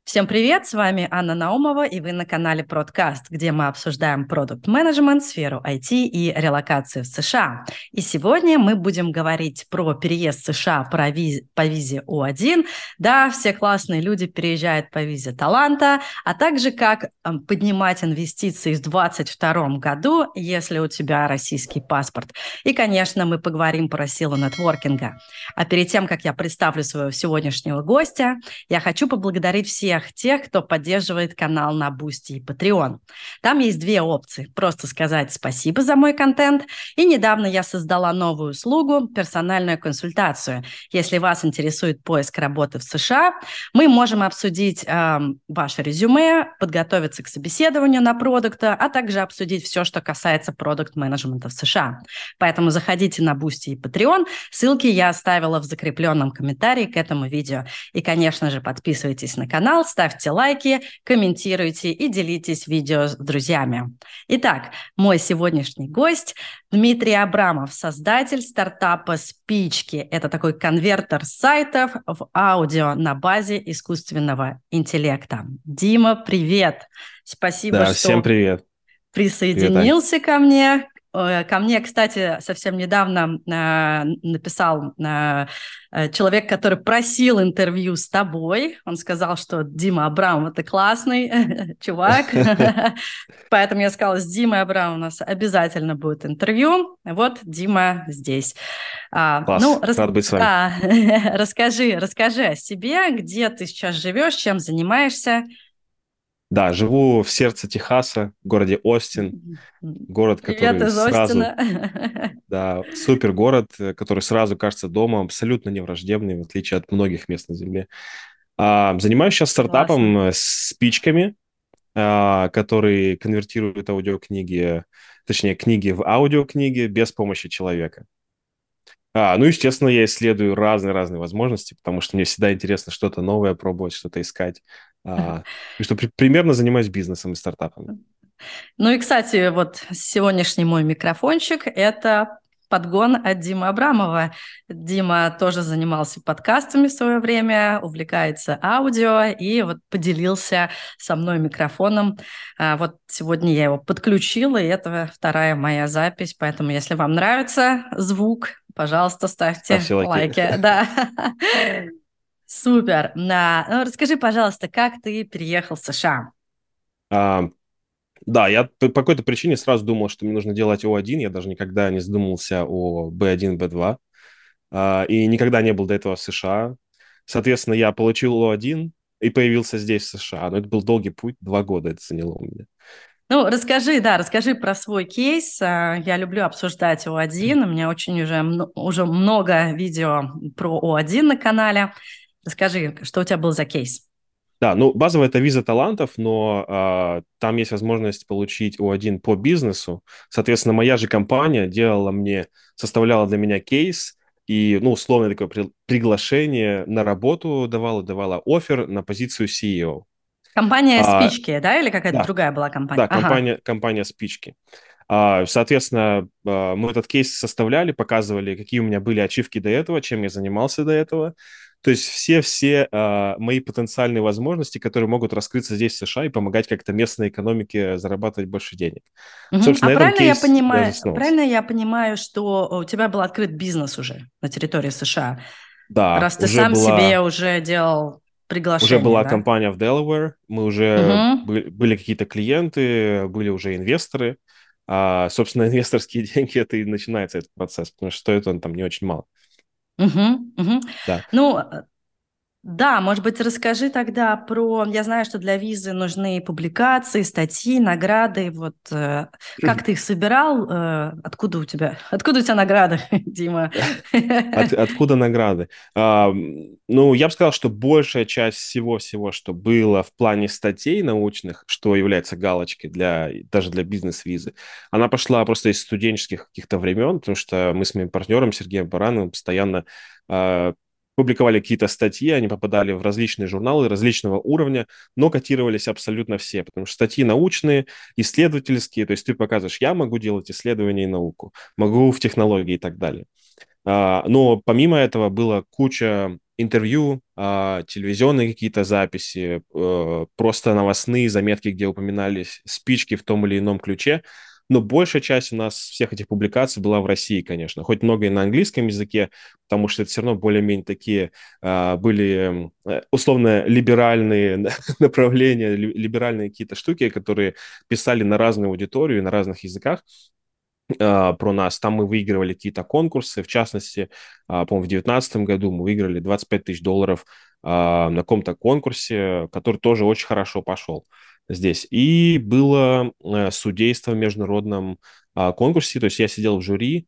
Всем привет, с вами Анна Наумова, и вы на канале Продкаст, где мы обсуждаем продукт-менеджмент, сферу IT и релокацию в США. И сегодня мы будем говорить про переезд в США по визе О1. Да, все классные люди переезжают по визе таланта, а также как поднимать инвестиции в 2022 году, если у тебя российский паспорт. И, конечно, мы поговорим про силу нетворкинга. А перед тем, как я представлю своего сегодняшнего гостя, я хочу поблагодарить всех тех, кто поддерживает канал на Boosty и Patreon. Там есть две опции. Просто сказать спасибо за мой контент. И недавно я создала новую услугу – персональную консультацию. Если вас интересует поиск работы в США, мы можем обсудить ваше резюме, подготовиться к собеседованию на продукта, а также обсудить все, что касается продукт-менеджмента в США. Поэтому заходите на Boosty и Patreon. Ссылки я оставила в закрепленном комментарии к этому видео. И, конечно же, подписывайтесь на канал, ставьте лайки, комментируйте и делитесь видео с друзьями. Итак, мой сегодняшний гость Дмитрий Абрамов, создатель стартапа «Спички». Это такой конвертер сайтов в аудио на базе искусственного интеллекта. Дима, привет! Спасибо, Да, всем что привет. Привет, Ань. присоединился ко мне. Ко мне, кстати, совсем недавно написал человек, который просил интервью с тобой. Он сказал, что Дима Абрамов – это классный чувак. Поэтому я сказала, с Димой Абрамовым у нас обязательно будет интервью. Вот Дима здесь. Класс, рад быть с вами. Да, расскажи о себе, где ты сейчас живешь, чем занимаешься. Да, живу в сердце Техаса, в городе Остин. Город, Привет который из сразу, Остина. да, супер город, который сразу кажется домом, абсолютно невраждебный, в отличие от многих мест на Земле. Занимаюсь сейчас Классно. стартапом с спичками, который конвертирует аудиокниги, точнее, книги в аудиокниги без помощи человека. Ну, естественно, я исследую разные-разные возможности, потому что мне всегда интересно что-то новое пробовать, что-то искать. И что примерно занимаюсь бизнесом и стартапами. Ну и, кстати, вот сегодняшний мой микрофончик – это подгон от Димы Абрамова. Дима тоже занимался подкастами в свое время, увлекается аудио и вот поделился со мной микрофоном. Вот сегодня я его подключила, и это вторая моя запись, поэтому если вам нравится звук, пожалуйста, ставьте Ставьте лайки. лайки. Да. Супер. Ну, расскажи, пожалуйста, как ты переехал в США? А, Да, я по какой-то причине сразу думал, что мне нужно делать О1. Я даже никогда не задумывался о Б1, Б2. И никогда не был до этого в США. Соответственно, я получил О1 и появился здесь, в США. Но это был долгий путь, 2 года это заняло у меня. Ну, расскажи про свой кейс. Я люблю обсуждать О1. У меня очень уже много видео про О1 на канале. Расскажи, что у тебя был за кейс? Да, ну, базово это виза талантов, но там есть возможность получить О1 по бизнесу. Соответственно, моя же компания составляла для меня кейс и, ну, условное такое приглашение на работу давала оффер на позицию CEO. Компания А, «Спички», да, или какая-то да, другая была компания? да, Ага. компания спички. Соответственно, мы этот кейс составляли, показывали, какие у меня были ачивки до этого, чем я занимался до этого. То есть все мои потенциальные возможности, которые могут раскрыться здесь, в США, и помогать как-то местной экономике зарабатывать больше денег. Мгм. Собственно, на этом кейс я засновался. Правильно я понимаю, что у тебя был открыт бизнес уже на территории США, Да, раз ты сам себе уже делал уже приглашение, была да? компания в Delaware, мы уже Угу. были какие-то клиенты, были уже инвесторы. Собственно, инвесторские деньги, это и начинается этот процесс, потому что стоит он там не очень мало. Угу. Угу. Да. Ну, да, может быть, расскажи тогда про... Я знаю, что для визы нужны публикации, статьи, награды. Вот как ты их собирал? Откуда у тебя награды, Дима? Откуда награды? Ну, я бы сказал, что большая часть всего-всего, что было в плане статей научных, что является галочкой даже для бизнес-визы, она пошла просто из студенческих каких-то времен, потому что мы с моим партнером Сергеем Барановым постоянно а, публиковали какие-то статьи, они попадали в различные журналы различного уровня, но котировались абсолютно все, потому что статьи научные, исследовательские, то есть ты показываешь, я могу делать исследования и науку, могу в технологии и так далее. Но помимо этого было куча интервью, телевизионные какие-то записи, просто новостные заметки, где упоминались спички в том или ином ключе. Но большая часть у нас всех этих публикаций была в России, конечно. Хоть много и на английском языке, потому что это все равно более-менее такие были условно либеральные направления, либеральные какие-то штуки, которые писали на разную аудиторию, на разных языках про нас. Там мы выигрывали какие-то конкурсы. В частности, по-моему, в 2019 году мы выиграли $25 000 на каком-то конкурсе, который тоже очень хорошо пошел здесь. И было судейство в международном конкурсе. То есть я сидел в жюри.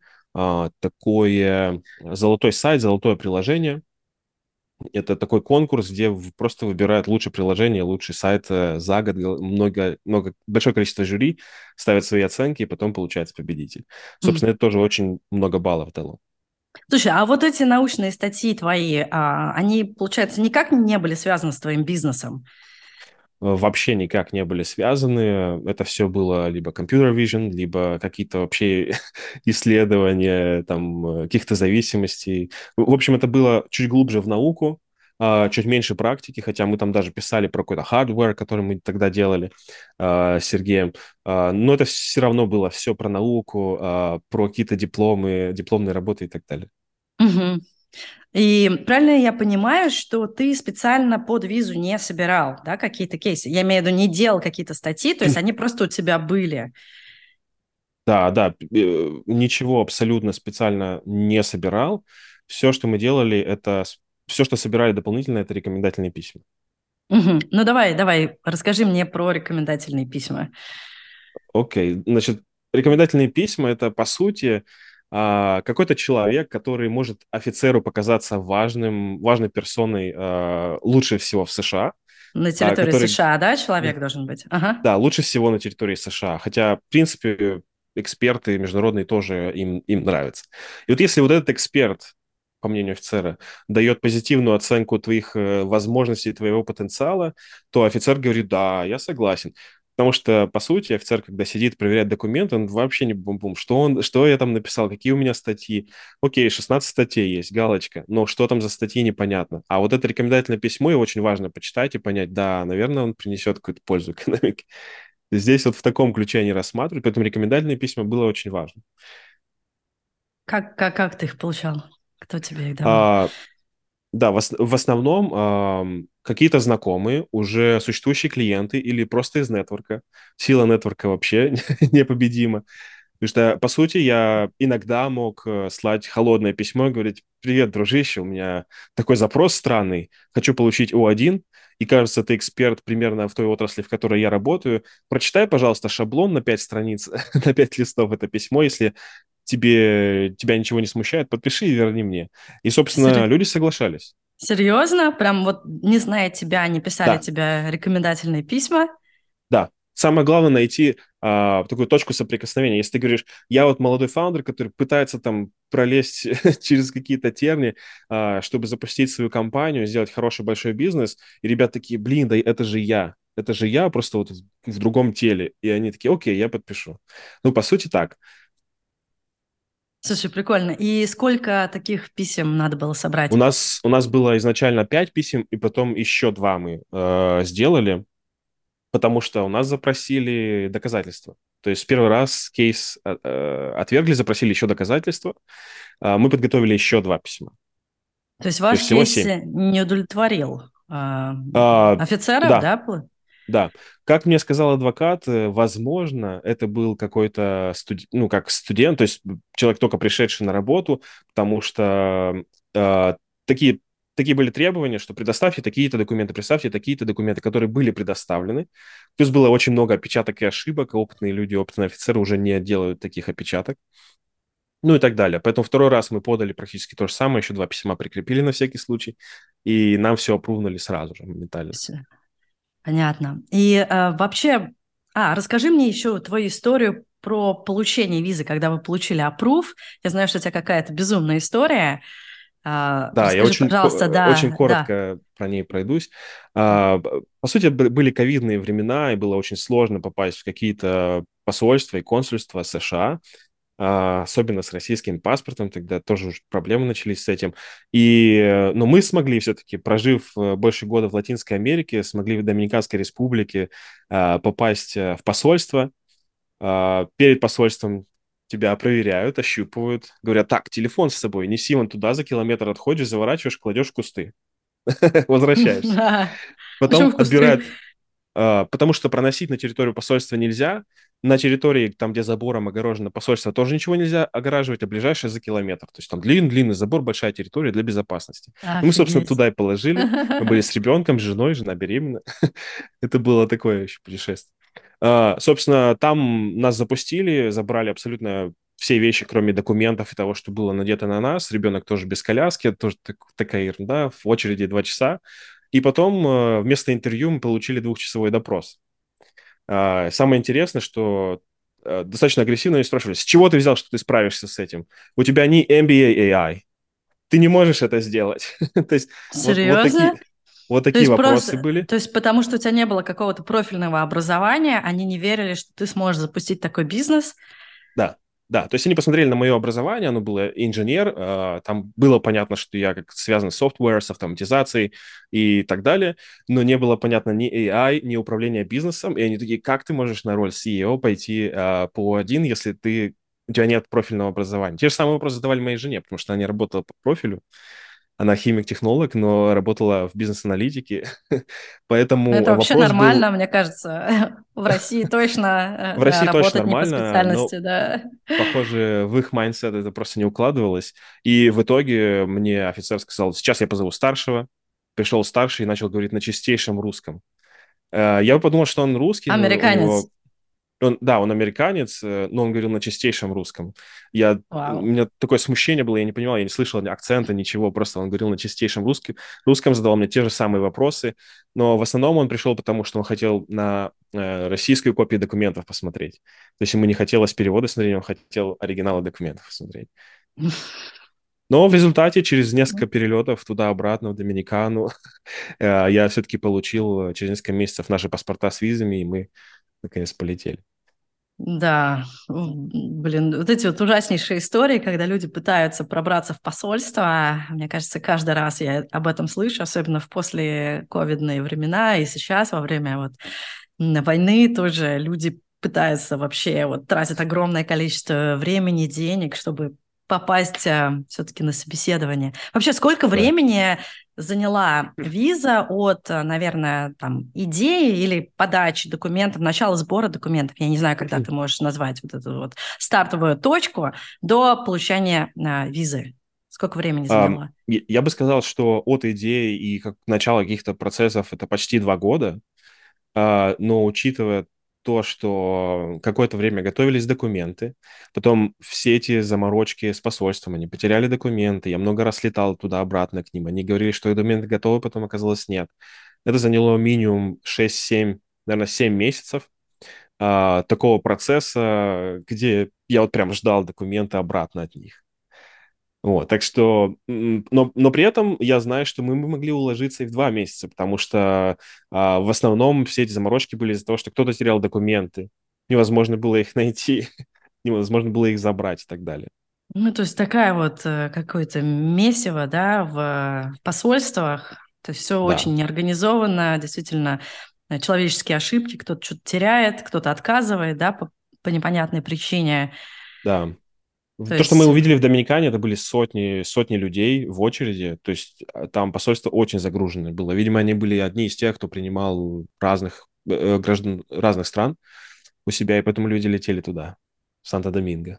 Такое золотой сайт, золотое приложение. Это такой конкурс, где просто выбирают лучшее приложение, лучший сайт за год. Большое количество жюри ставят свои оценки, и потом получается победитель. Собственно, это тоже очень много баллов дало. Слушай, а вот эти научные статьи твои, они, получается, никак не были связаны с твоим бизнесом? Вообще никак не были связаны. Это все было либо computer vision, либо какие-то вообще исследования там каких-то зависимостей. В общем, это было чуть глубже в науку, чуть меньше практики, хотя мы там даже писали про какой-то hardware, который мы тогда делали с Сергеем. Но это все равно было все про науку, про какие-то дипломы, дипломные работы и так далее. Угу. И правильно я понимаю, что ты специально под визу не собирал, да, какие-то кейсы? Я имею в виду, не делал какие-то статьи, то есть они просто у тебя были. Да, да, ничего абсолютно специально не собирал. Все, что мы делали, все, что собирали дополнительно, это рекомендательные письма. Угу. Ну давай, расскажи мне про рекомендательные письма. Окей, значит, рекомендательные письма это по сути какой-то человек, который может офицеру показаться важной персоной лучше всего в США, На территории который США, да, человек должен быть? Ага. да, лучше всего на территории США. Хотя, в принципе, эксперты международные тоже им нравятся. И вот если вот этот эксперт, по мнению офицера, дает позитивную оценку твоих возможностей, твоего потенциала, то офицер говорит, да, я согласен. Потому что, по сути, офицер, когда сидит, проверяет документы, он вообще не бум-бум. Что я там написал, какие у меня статьи. Окей, 16 статей есть, галочка, но что там за статьи, непонятно. А вот это рекомендательное письмо, и очень важно почитать и понять, да, наверное, он принесет какую-то пользу экономике. Здесь вот в таком ключе они рассматривают, поэтому рекомендательные письма было очень важно. Как ты их получал? Кто тебе их давал? А, да, в основном какие-то знакомые, уже существующие клиенты или просто из нетворка. Сила нетворка вообще непобедима. Потому что, по сути, я иногда мог слать холодное письмо и говорить, привет, дружище, у меня такой запрос странный, хочу получить О1, и кажется, ты эксперт примерно в той отрасли, в которой я работаю. Прочитай, пожалуйста, шаблон на 5 страниц, на 5 листов это письмо, если тебя ничего не смущает, подпиши и верни мне. И, собственно, люди соглашались. Серьезно? Прям вот не зная тебя, они писали Да, тебе рекомендательные письма? да. Самое главное найти такую точку соприкосновения. Если ты говоришь, я вот молодой фаундер, который пытается там пролезть через какие-то терни, чтобы запустить свою компанию, сделать хороший большой бизнес, и ребята такие, блин, да это же я, просто вот в другом теле. И они такие, окей, я подпишу. Ну, по сути, так. Слушай, прикольно. И сколько таких писем надо было У собрать? нас, у нас было изначально 5 писем, и потом еще 2 мы сделали, потому что у нас запросили доказательства. То есть первый раз кейс отвергли, запросили еще доказательства. Мы подготовили еще 2 письма. То есть То ваш есть всего кейс 7. не удовлетворил А, офицеров, да, да? да. Как мне сказал адвокат, возможно, это был какой-то ну, как студент, то есть человек, только пришедший на работу, потому что э, такие, такие были требования, что предоставьте такие-то документы, представьте такие-то документы, которые были предоставлены. Плюс было очень много опечаток и ошибок, и опытные люди, опытные офицеры уже не делают таких опечаток. Ну и так далее. Поэтому второй раз мы подали практически то же самое, еще 2 письма прикрепили на всякий случай, и нам все опрувнули сразу же, моментально. Всё, понятно. И вообще, расскажи мне еще твою историю про получение визы, когда вы получили approve. Я знаю, что у тебя какая-то безумная история. Да, я Расскажи, пожалуйста, очень да, да. коротко про ней пройдусь. По сути, были ковидные времена, и было очень сложно попасть в какие-то посольства и консульства США. особенно с российским паспортом, тогда тоже уже проблемы начались с этим. Но мы смогли все-таки, прожив больше года в Латинской Америке, смогли в Доминиканской Республике попасть в посольство. Перед посольством тебя проверяют, ощупывают, говорят, так, телефон с собой, неси вон туда, за километр отходишь, заворачиваешь, кладешь в кусты, возвращаешься. Почему Потом в кусты? отбирают, потому что проносить на территорию посольства нельзя, на территории, там, где забором огорожено посольство, тоже ничего нельзя огораживать, а ближайшее за километр. То есть там длинный забор, большая территория для безопасности. И мы, собственно, Офигеть. туда и положили. Мы были с ребенком, с женой, жена беременна. Это было такое еще путешествие. Собственно, там нас запустили, забрали абсолютно все вещи, кроме документов и того, что было надето на нас. Ребенок тоже без коляски, тоже такая ерунда, в очереди 2 часа. И потом вместо интервью мы получили 2-часовой допрос. Самое интересное, что достаточно агрессивно они спрашивали, с чего ты взял, что ты справишься с этим? У тебя не MBA AI, ты не можешь это сделать. То есть Серьезно? вот То такие есть вопросы просто, были. то есть потому что у тебя не было какого-то профильного образования, они не верили, что ты сможешь запустить такой бизнес? Да, да. То есть они посмотрели на мое образование, оно было инженер, там было понятно, что я как связан с software, с автоматизацией и так далее, но не было понятно ни AI, ни управления бизнесом, и они такие, как ты можешь на роль CEO пойти по один, если у тебя нет профильного образования? Те же самые вопросы задавали моей жене, потому что она не работала по профилю, она химик-технолог, но работала в бизнес-аналитике, Ну, это поэтому вообще вопрос был. нормально, мне кажется. В России точно, В да, России точно работать не по нормально, но специальности, да. похоже, в их майндсет это просто не укладывалось. И в итоге мне офицер сказал, сейчас я позову старшего. Пришел старший и начал говорить на чистейшем русском. Я подумал, что он русский, но у Американец. него... Да, он американец, но он говорил на чистейшем русском. У Вау. меня такое смущение было, я не понимал, я не слышал ни акцента, ничего, просто он говорил на чистейшем русском, задавал мне те же самые вопросы, но в основном он пришел потому, что он хотел на российскую копию документов посмотреть. То есть ему не хотелось перевода смотреть, он хотел оригиналы документов посмотреть. Но в результате через несколько перелетов туда-обратно в Доминикану я все-таки получил через несколько месяцев наши паспорта с визами, и мы наконец полетели. Да, блин, вот эти вот ужаснейшие истории, когда люди пытаются пробраться в посольство, мне кажется, каждый раз я об этом слышу, особенно в послековидные времена, и сейчас во время вот войны тоже люди пытаются вообще, вот тратят огромное количество времени, денег, чтобы попасть все-таки на собеседование. Вообще, сколько Да. времени заняла виза от, наверное, там, идеи или подачи документов, начала сбора документов, я не знаю, когда ты можешь назвать вот эту вот стартовую точку, до получения визы? Сколько времени заняло? Я бы сказал, что от идеи и как начала каких-то процессов это почти 2 года, но учитывая то, что какое-то время готовились документы, потом все эти заморочки с посольством, они потеряли документы, я много раз летал туда-обратно к ним, они говорили, что документы готовы, потом оказалось нет. Это заняло минимум 6-7, наверное, 7 месяцев такого процесса, где я вот прям ждал документы обратно от них. Вот, так что, но при этом я знаю, что мы могли уложиться и в 2 месяца, потому что в основном все эти заморочки были из-за того, что кто-то терял документы, невозможно было их найти, невозможно было их забрать и так далее. Ну, то есть такая вот какое-то месиво, да, в посольствах. То есть все Да, очень неорганизованно, действительно, человеческие ошибки, кто-то что-то теряет, кто-то отказывает, да, по непонятной причине. да. То То, что мы есть, увидели в Доминикане, это были сотни людей в очереди, то есть там посольство очень загруженное было. Видимо, они были одни из тех, кто принимал разных граждан разных стран у себя, и поэтому люди летели туда, в Санто-Доминго.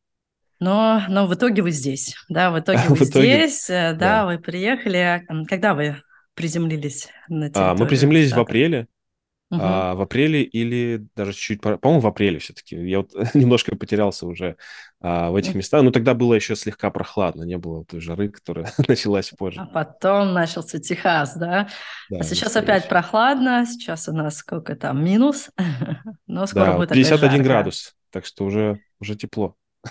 но в итоге вы здесь, да, в итоге вы В итоге, здесь, да, да. вы приехали. Когда вы приземлились на Мы территорию приземлились штата? Мгм. в апреле или даже чуть, по-моему, в апреле все-таки. Я вот немножко потерялся уже в этих местах. Но тогда было еще слегка прохладно, не было той жары, которая началась позже. А потом начался Техас, да? А Да, сейчас опять настоящий. прохладно, сейчас у нас сколько там, минус, но скоро Да, будет опять 51 жарко. градус, так что уже тепло.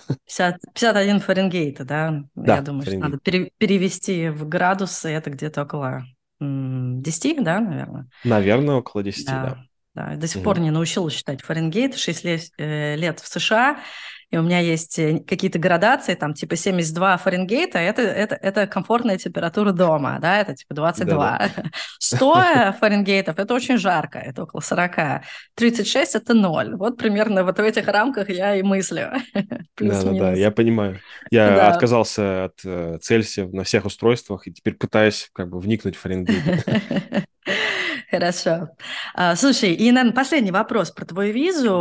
51 Фаренгейта, да? Я Да, думаю, что надо Фаренгейт. перевести в градусы, это где-то около 10, да, наверное? Наверное, около 10, да. Да. Да, до сих пор Мгм. не научилась считать Фаренгейт, 6 лет в США, и у меня есть какие-то градации, там типа 72 Фаренгейта, это комфортная температура дома, да, это типа Да-да. 22. 100 Фаренгейтов– это очень жарко, это около 40. 36– это ноль. Вот примерно вот в этих рамках я и мыслю, Да-да-да, плюс-минус. я понимаю. Я Да. отказался от Цельсия на всех устройствах и теперь пытаюсь как бы вникнуть в Фаренгейт. Хорошо. Слушай, и, наверное, последний вопрос про твою визу.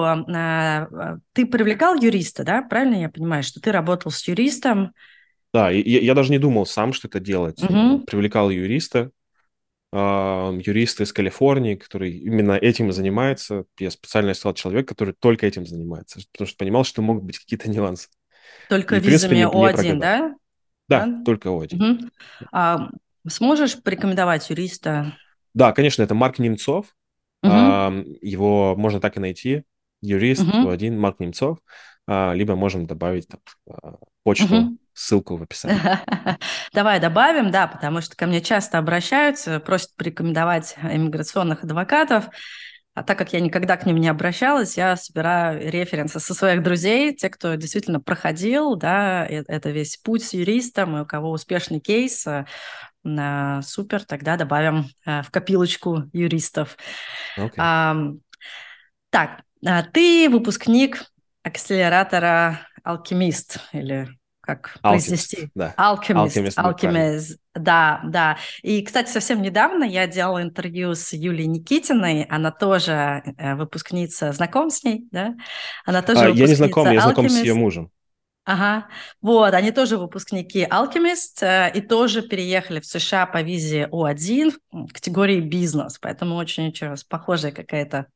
Ты привлекал юриста, да? Правильно я понимаю, что ты работал с юристом? Да, и я даже не думал сам что-то делать. Мгм. Привлекал юриста, юриста из Калифорнии, который именно этим и занимается. Я специально искал человека, который только этим занимается, потому что понимал, что могут быть какие-то нюансы. Только И, в принципе, визами не О1, прогадал. да? Да, Да? только один. Мгм. А сможешь порекомендовать юриста? Да, конечно, это Марк Немцов. Мгм. Его можно так и найти. Юрист Мгм. О1, Марк Немцов. Либо можем добавить там, почту, Мгм. ссылку в описании. Давай добавим, да, потому что ко мне часто обращаются, просят порекомендовать иммиграционных адвокатов. А так как я никогда к ним не обращалась, я собираю референсы со своих друзей, те, кто действительно проходил, да, это весь путь с юристом, и у кого успешный кейс, супер, тогда добавим в копилочку юристов. Окей. Ам, Так, ты выпускник акселератора «Алхимист», или как Alchemist, произнести? да. «Алхимист», Alchemist будет правильно. «Алхимист», да, да. И, кстати, совсем недавно я делала интервью с Юлией Никитиной, она тоже выпускница, знаком с ней, да? Она тоже Я не знаком, выпускница я знаком с ее «Алхимист». мужем. Ага, вот, они тоже выпускники Alchemist и тоже переехали в США по визе О1 в категории бизнес, поэтому очень похожая какая-то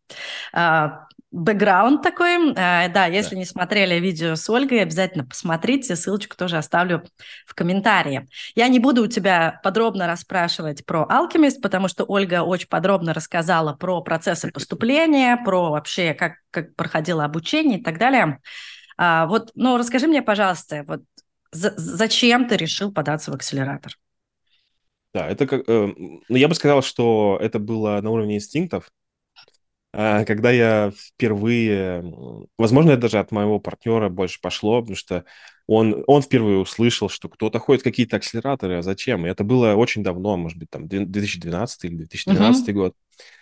бэкграунд такой. Да, Да. если не смотрели видео с Ольгой, обязательно посмотрите, ссылочку тоже оставлю в комментарии. Я не буду у тебя подробно расспрашивать про Alchemist, потому что Ольга очень подробно рассказала про процессы поступления, про вообще, как проходило обучение и так далее. Вот, ну, расскажи мне, пожалуйста, вот зачем ты решил податься в акселератор? Да, это как... ну, я бы сказал, что это было на уровне инстинктов. Когда я впервые... Возможно, это даже от моего партнера больше пошло, потому что он впервые услышал, что кто-то ходит в какие-то акселераторы, а зачем? И это было очень давно, может быть, там 2012 или 2013 Мгм. год.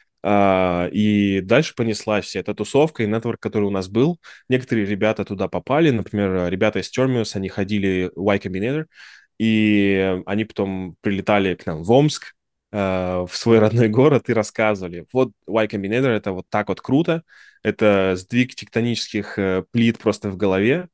И дальше понеслась вся эта тусовка и нетворк, который у нас был. Некоторые ребята туда попали, например, ребята из Terminus, они ходили в Y Combinator, и они потом прилетали к нам в Омск, в свой родной город и рассказывали, вот Y Combinator это вот так вот круто, это сдвиг тектонических плит просто в голове,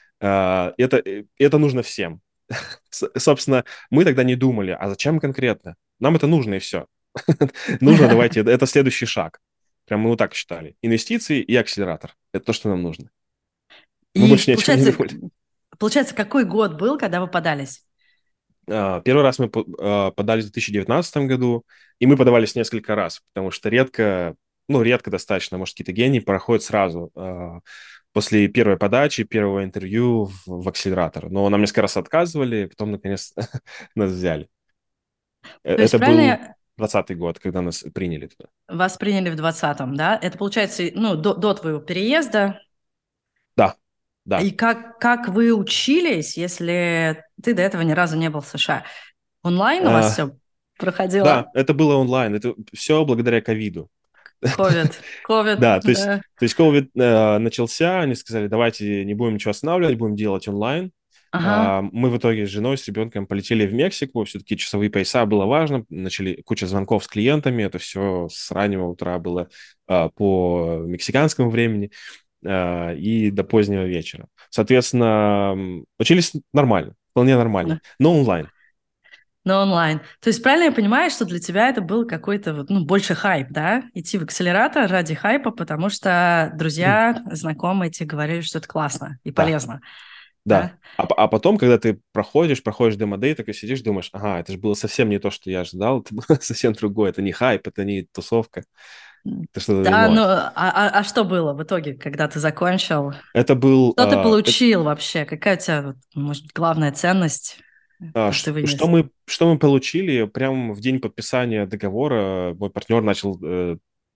это нужно всем. Собственно, мы тогда не думали, а зачем конкретно? Нам это нужно и все. Нужно, давайте, это следующий шаг. Прям мы вот так считали. Инвестиции и акселератор. Это то, что нам нужно. Мы И больше ни о чем не думали. получается, какой год был, когда вы подались? Первый раз мы подались в 2019 году, и мы подавались несколько раз, потому что редко, ну, редко достаточно, может, какие-то гении проходят сразу после первой подачи, первого интервью в акселератор. Но нам несколько раз отказывали, потом, наконец, нас взяли. То есть Это правильно был 2020 год, когда нас приняли туда. вас приняли в 20-м, да? Это получается, ну, до твоего переезда. Да, да. И как вы учились, если ты до этого ни разу не был в США? Онлайн у вас А, все проходило? да, это было онлайн. Это все благодаря ковиду. Ковид, Да, да. то есть COVID начался, они сказали, давайте не будем ничего останавливать, будем делать онлайн. Ага. Мы в итоге с женой, с ребенком полетели в Мексику, все-таки часовые пояса было важно, начали куча звонков с клиентами, это все с раннего утра было по мексиканскому времени и до позднего вечера. Соответственно, учились нормально, вполне нормально, но онлайн. Но онлайн. То есть правильно я понимаю, что для тебя это был какой-то вот, ну, больше хайп, да? Идти в акселератор ради хайпа, потому что друзья, знакомые тебе говорили, что это классно и Да, полезно, да. да? А потом, когда ты проходишь демо-дей, так и сидишь, думаешь, ага, это же было совсем не то, что я ожидал, это было совсем другое, это не хайп, это не тусовка, это что-то Да, ну, иное. а что было в итоге, когда ты закончил? Это был... Что ты получил вообще? Какая у тебя, вот, может быть, главная ценность, как ты что вынес? мы получили? Прямо в день подписания договора мой партнер начал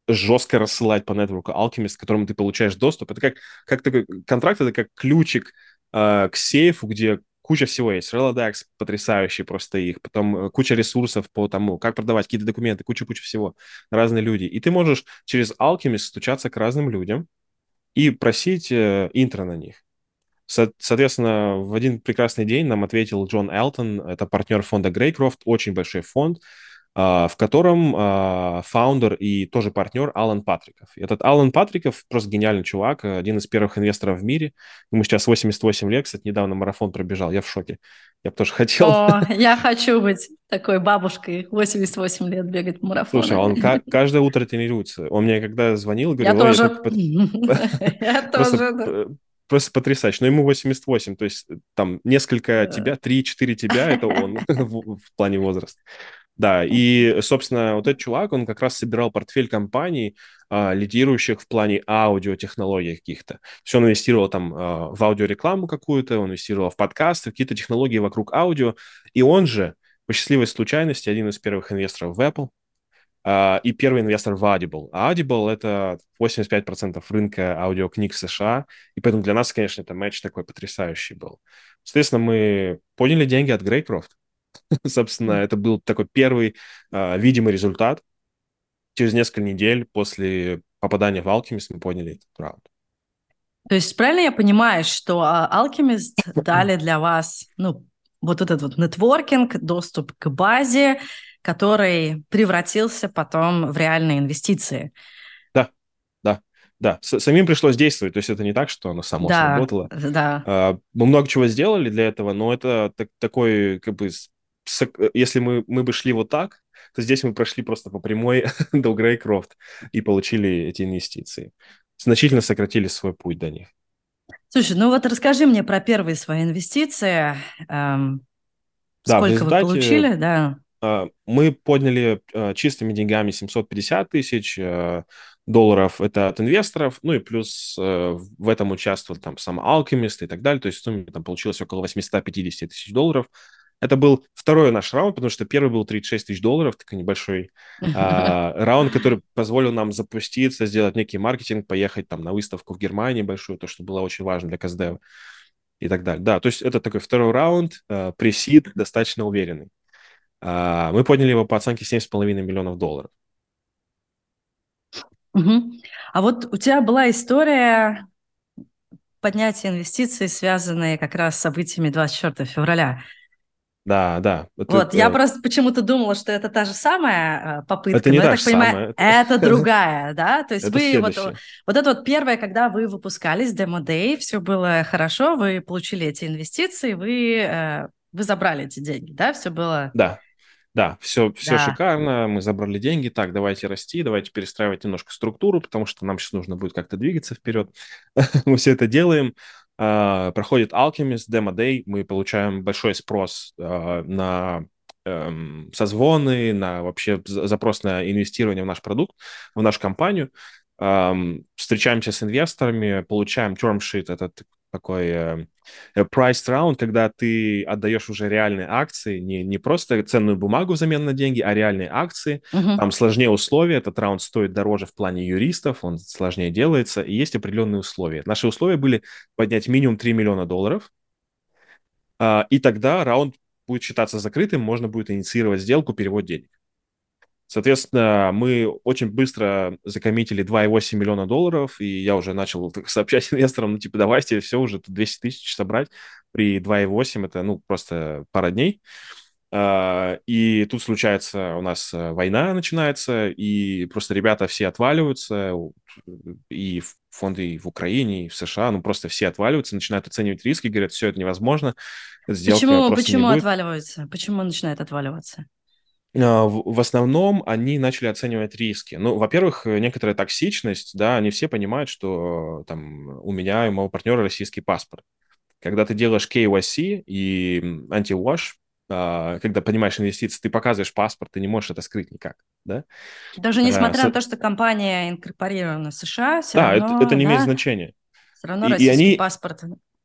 жестко рассылать по нетворку Alchemist, к которому ты получаешь доступ. Это как такой контракт, это как ключик к сейфу, где куча всего есть. Rolodex потрясающий просто их. Потом куча ресурсов по тому, как продавать какие-то документы, куча-куча всего. Разные люди. И ты можешь через Alchemist стучаться к разным людям и просить интро на них. Соответственно, в один прекрасный день нам ответил Джон Элтон, это партнер фонда Greycroft, очень большой фонд, в котором фаундер и тоже партнер Алан Патриков. Этот Алан Патриков просто гениальный чувак, один из первых инвесторов в мире. Ему сейчас 88 лет, кстати, недавно марафон пробежал, я в шоке. Я бы тоже хотел. О, я хочу быть такой бабушкой, 88 лет бегать Слушай, марафоны. он каждое утро тренируется. Он мне когда звонил, Я говорил, ой, я только тоже. Я просто тоже, да. просто потрясающе. Но ему 88, то есть там несколько тебя, 3-4 тебя, это он в плане возраста. Да, и, собственно, вот этот чувак, он как раз собирал портфель компаний, лидирующих в плане аудиотехнологий каких-то. Все он инвестировал там в аудиорекламу какую-то, он инвестировал в подкасты, какие-то технологии вокруг аудио. И он же, по счастливой случайности, один из первых инвесторов в Apple, и первый инвестор в Audible. А Audible — это 85% рынка аудиокниг в США, и поэтому для нас, конечно, это матч такой потрясающий был. Соответственно, мы подняли деньги от Greycroft. Собственно, это был такой первый видимый результат. Через несколько недель после попадания в Alchemist мы подняли этот раунд. То есть правильно я понимаю, что Alchemist дали для вас, ну, вот этот вот нетворкинг, доступ к базе, который превратился потом в реальные инвестиции? Да, да, да. Самим пришлось действовать, то есть это не так, что оно само Да, сработало. да. Мы много чего сделали для этого, но это такой, как бы, если мы бы шли вот так, то здесь мы прошли просто по прямой до Грейкрофт и получили эти инвестиции. Значительно сократили свой путь до них. Слушай, ну вот расскажи мне про первые свои инвестиции. Эм, Да, в Сколько вы результате получили, да? мы подняли чистыми деньгами 750 тысяч долларов, это от инвесторов, ну и плюс в этом участвовал там сам Alchemist и так далее, то есть в сумме там получилось около 850 тысяч долларов. Это был второй наш раунд, потому что первый был 36 тысяч долларов, такой небольшой раунд, который позволил нам запуститься, сделать некий маркетинг, поехать там на выставку в Германии большую, то, что было очень важно для КСД и так далее. Да, то есть это такой второй раунд, пресид достаточно уверенный. Мы подняли его по оценке 7,5 миллионов долларов. Мгм. А вот у тебя была история поднятия инвестиций, связанные как раз с событиями 24 февраля. Да, да. Вот, я просто почему-то думала, что это та же самая Это попытка, не но я та так же понимаю, самая. это другая, да? То есть Это вы вот, следующее. вот это вот первое, когда вы выпускались, демо-дэй, все было хорошо, вы получили эти инвестиции, вы забрали эти деньги, да? Все было, Да, да, все да. шикарно. Мы забрали деньги. Так, давайте расти, давайте перестраивать немножко структуру, потому что нам сейчас нужно будет как-то двигаться вперед. Мы все это делаем. Проходит Alchemist, Demo Day. Мы получаем большой спрос на созвоны, на вообще запрос на инвестирование в наш продукт, в нашу компанию. Встречаемся с инвесторами, получаем term sheet, это такой price round, когда ты отдаешь уже реальные акции, не просто ценную бумагу взамен на деньги, а реальные акции. Там Мгм. сложнее условия, этот раунд стоит дороже в плане юристов, он сложнее делается, и есть определенные условия. Наши условия были поднять минимум 3 миллиона долларов, и тогда раунд будет считаться закрытым, можно будет инициировать сделку, перевод денег. Соответственно, мы очень быстро закоммитили 2,8 миллиона долларов, и я уже начал сообщать инвесторам, ну, типа, давайте все уже, тут 200 тысяч собрать при 2,8, это, ну, просто пара дней. И тут случается у нас война начинается, и просто ребята все отваливаются, и фонды и в Украине, и в США, ну, просто все отваливаются, начинают оценивать риски, говорят, все это невозможно, сделка просто не Почему будет. отваливаются? Почему начинает отваливаться? В основном они начали оценивать риски. Ну, во-первых, некоторая токсичность, да, они все понимают, что там у меня и у моего партнера российский паспорт. Когда ты делаешь KYC и анти-wash, когда понимаешь инвестиции, ты показываешь паспорт, ты не можешь это скрыть никак, да? Даже А, несмотря на со- то, что компания инкорпорирована в США, все Да, это равно, не имеет да, значения. все равно И российский они паспорт.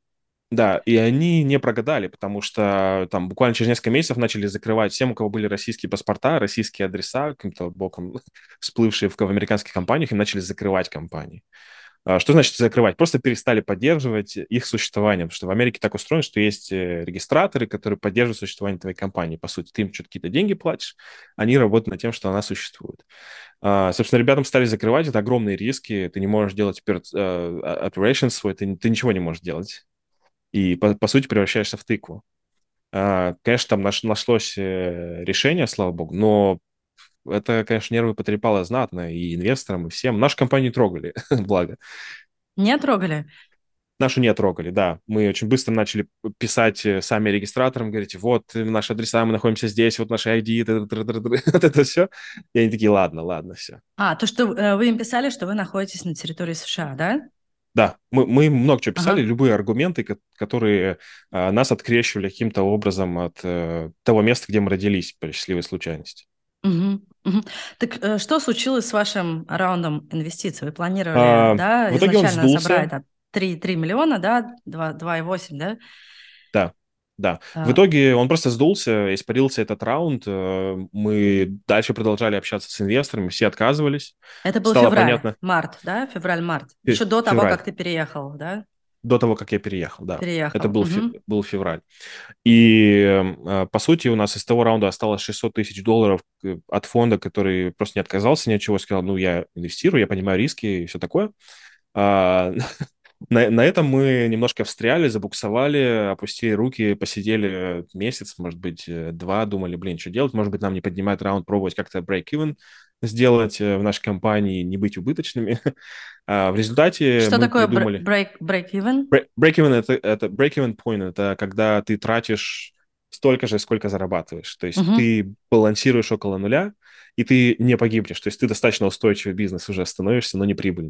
Да, и они не прогадали, потому что там буквально через несколько месяцев начали закрывать всем, у кого были российские паспорта, российские адреса, каким-то боком всплывшие в американских компаниях, им начали закрывать компании. Что значит закрывать? Просто перестали поддерживать их существование, потому что в Америке так устроено, что есть регистраторы, которые поддерживают существование твоей компании. По сути, ты им что-то какие-то деньги платишь, они работают над тем, что она существует. Собственно, ребятам стали закрывать, это огромные риски, ты не можешь делать operations свой, ты ничего не можешь делать, и, по сути, превращаешься в тыкву. Конечно, там нашлось решение, слава богу, но это, конечно, нервы потрепало знатно и инвесторам, и всем. Нашу компанию не трогали, благо. Не трогали? Нашу не трогали, да. Мы очень быстро начали писать сами регистраторам, говорить, вот наши адреса, мы находимся здесь, вот наши ID, вот это все. И они такие, ладно, ладно, все. То, что вы им писали, что вы находитесь на территории США, да? Да, мы много чего писали, Ага. любые аргументы, которые нас открещивали каким-то образом от того места, где мы родились по счастливой случайности. Мгм, мгм. Так что случилось с вашим раундом инвестиций? Вы планировали, да, В итоге он изначально собрать сдулся. там, 3 миллиона, да, 2,8, да? Да, да. В А, итоге он просто сдулся, испарился этот раунд. Мы дальше продолжали общаться с инвесторами, все отказывались. Это был Стало февраль, понятно, март, да? Февраль-март. Еще до того, как февраль, ты переехал, да? до того, как я переехал, да. Это Переехал. был, Мгм. был февраль. И, по сути, у нас из того раунда осталось $600 000 от фонда, который просто не отказался ни от чего, сказал, ну, я инвестирую, я понимаю риски и все такое. А, на этом мы немножко встряли, забуксовали, опустили руки, посидели месяц, может быть, два, думали, блин, что делать? Может быть, нам не поднимать раунд, пробовать как-то break-even сделать в нашей компании, не быть убыточными. В результате Что мы такое придумали... break-even? Break-even это break-even point, это когда ты тратишь столько же, сколько зарабатываешь. То есть Мгм. ты балансируешь около нуля, и ты не погибнешь. То есть ты достаточно устойчивый бизнес уже становишься, но не прибыльный.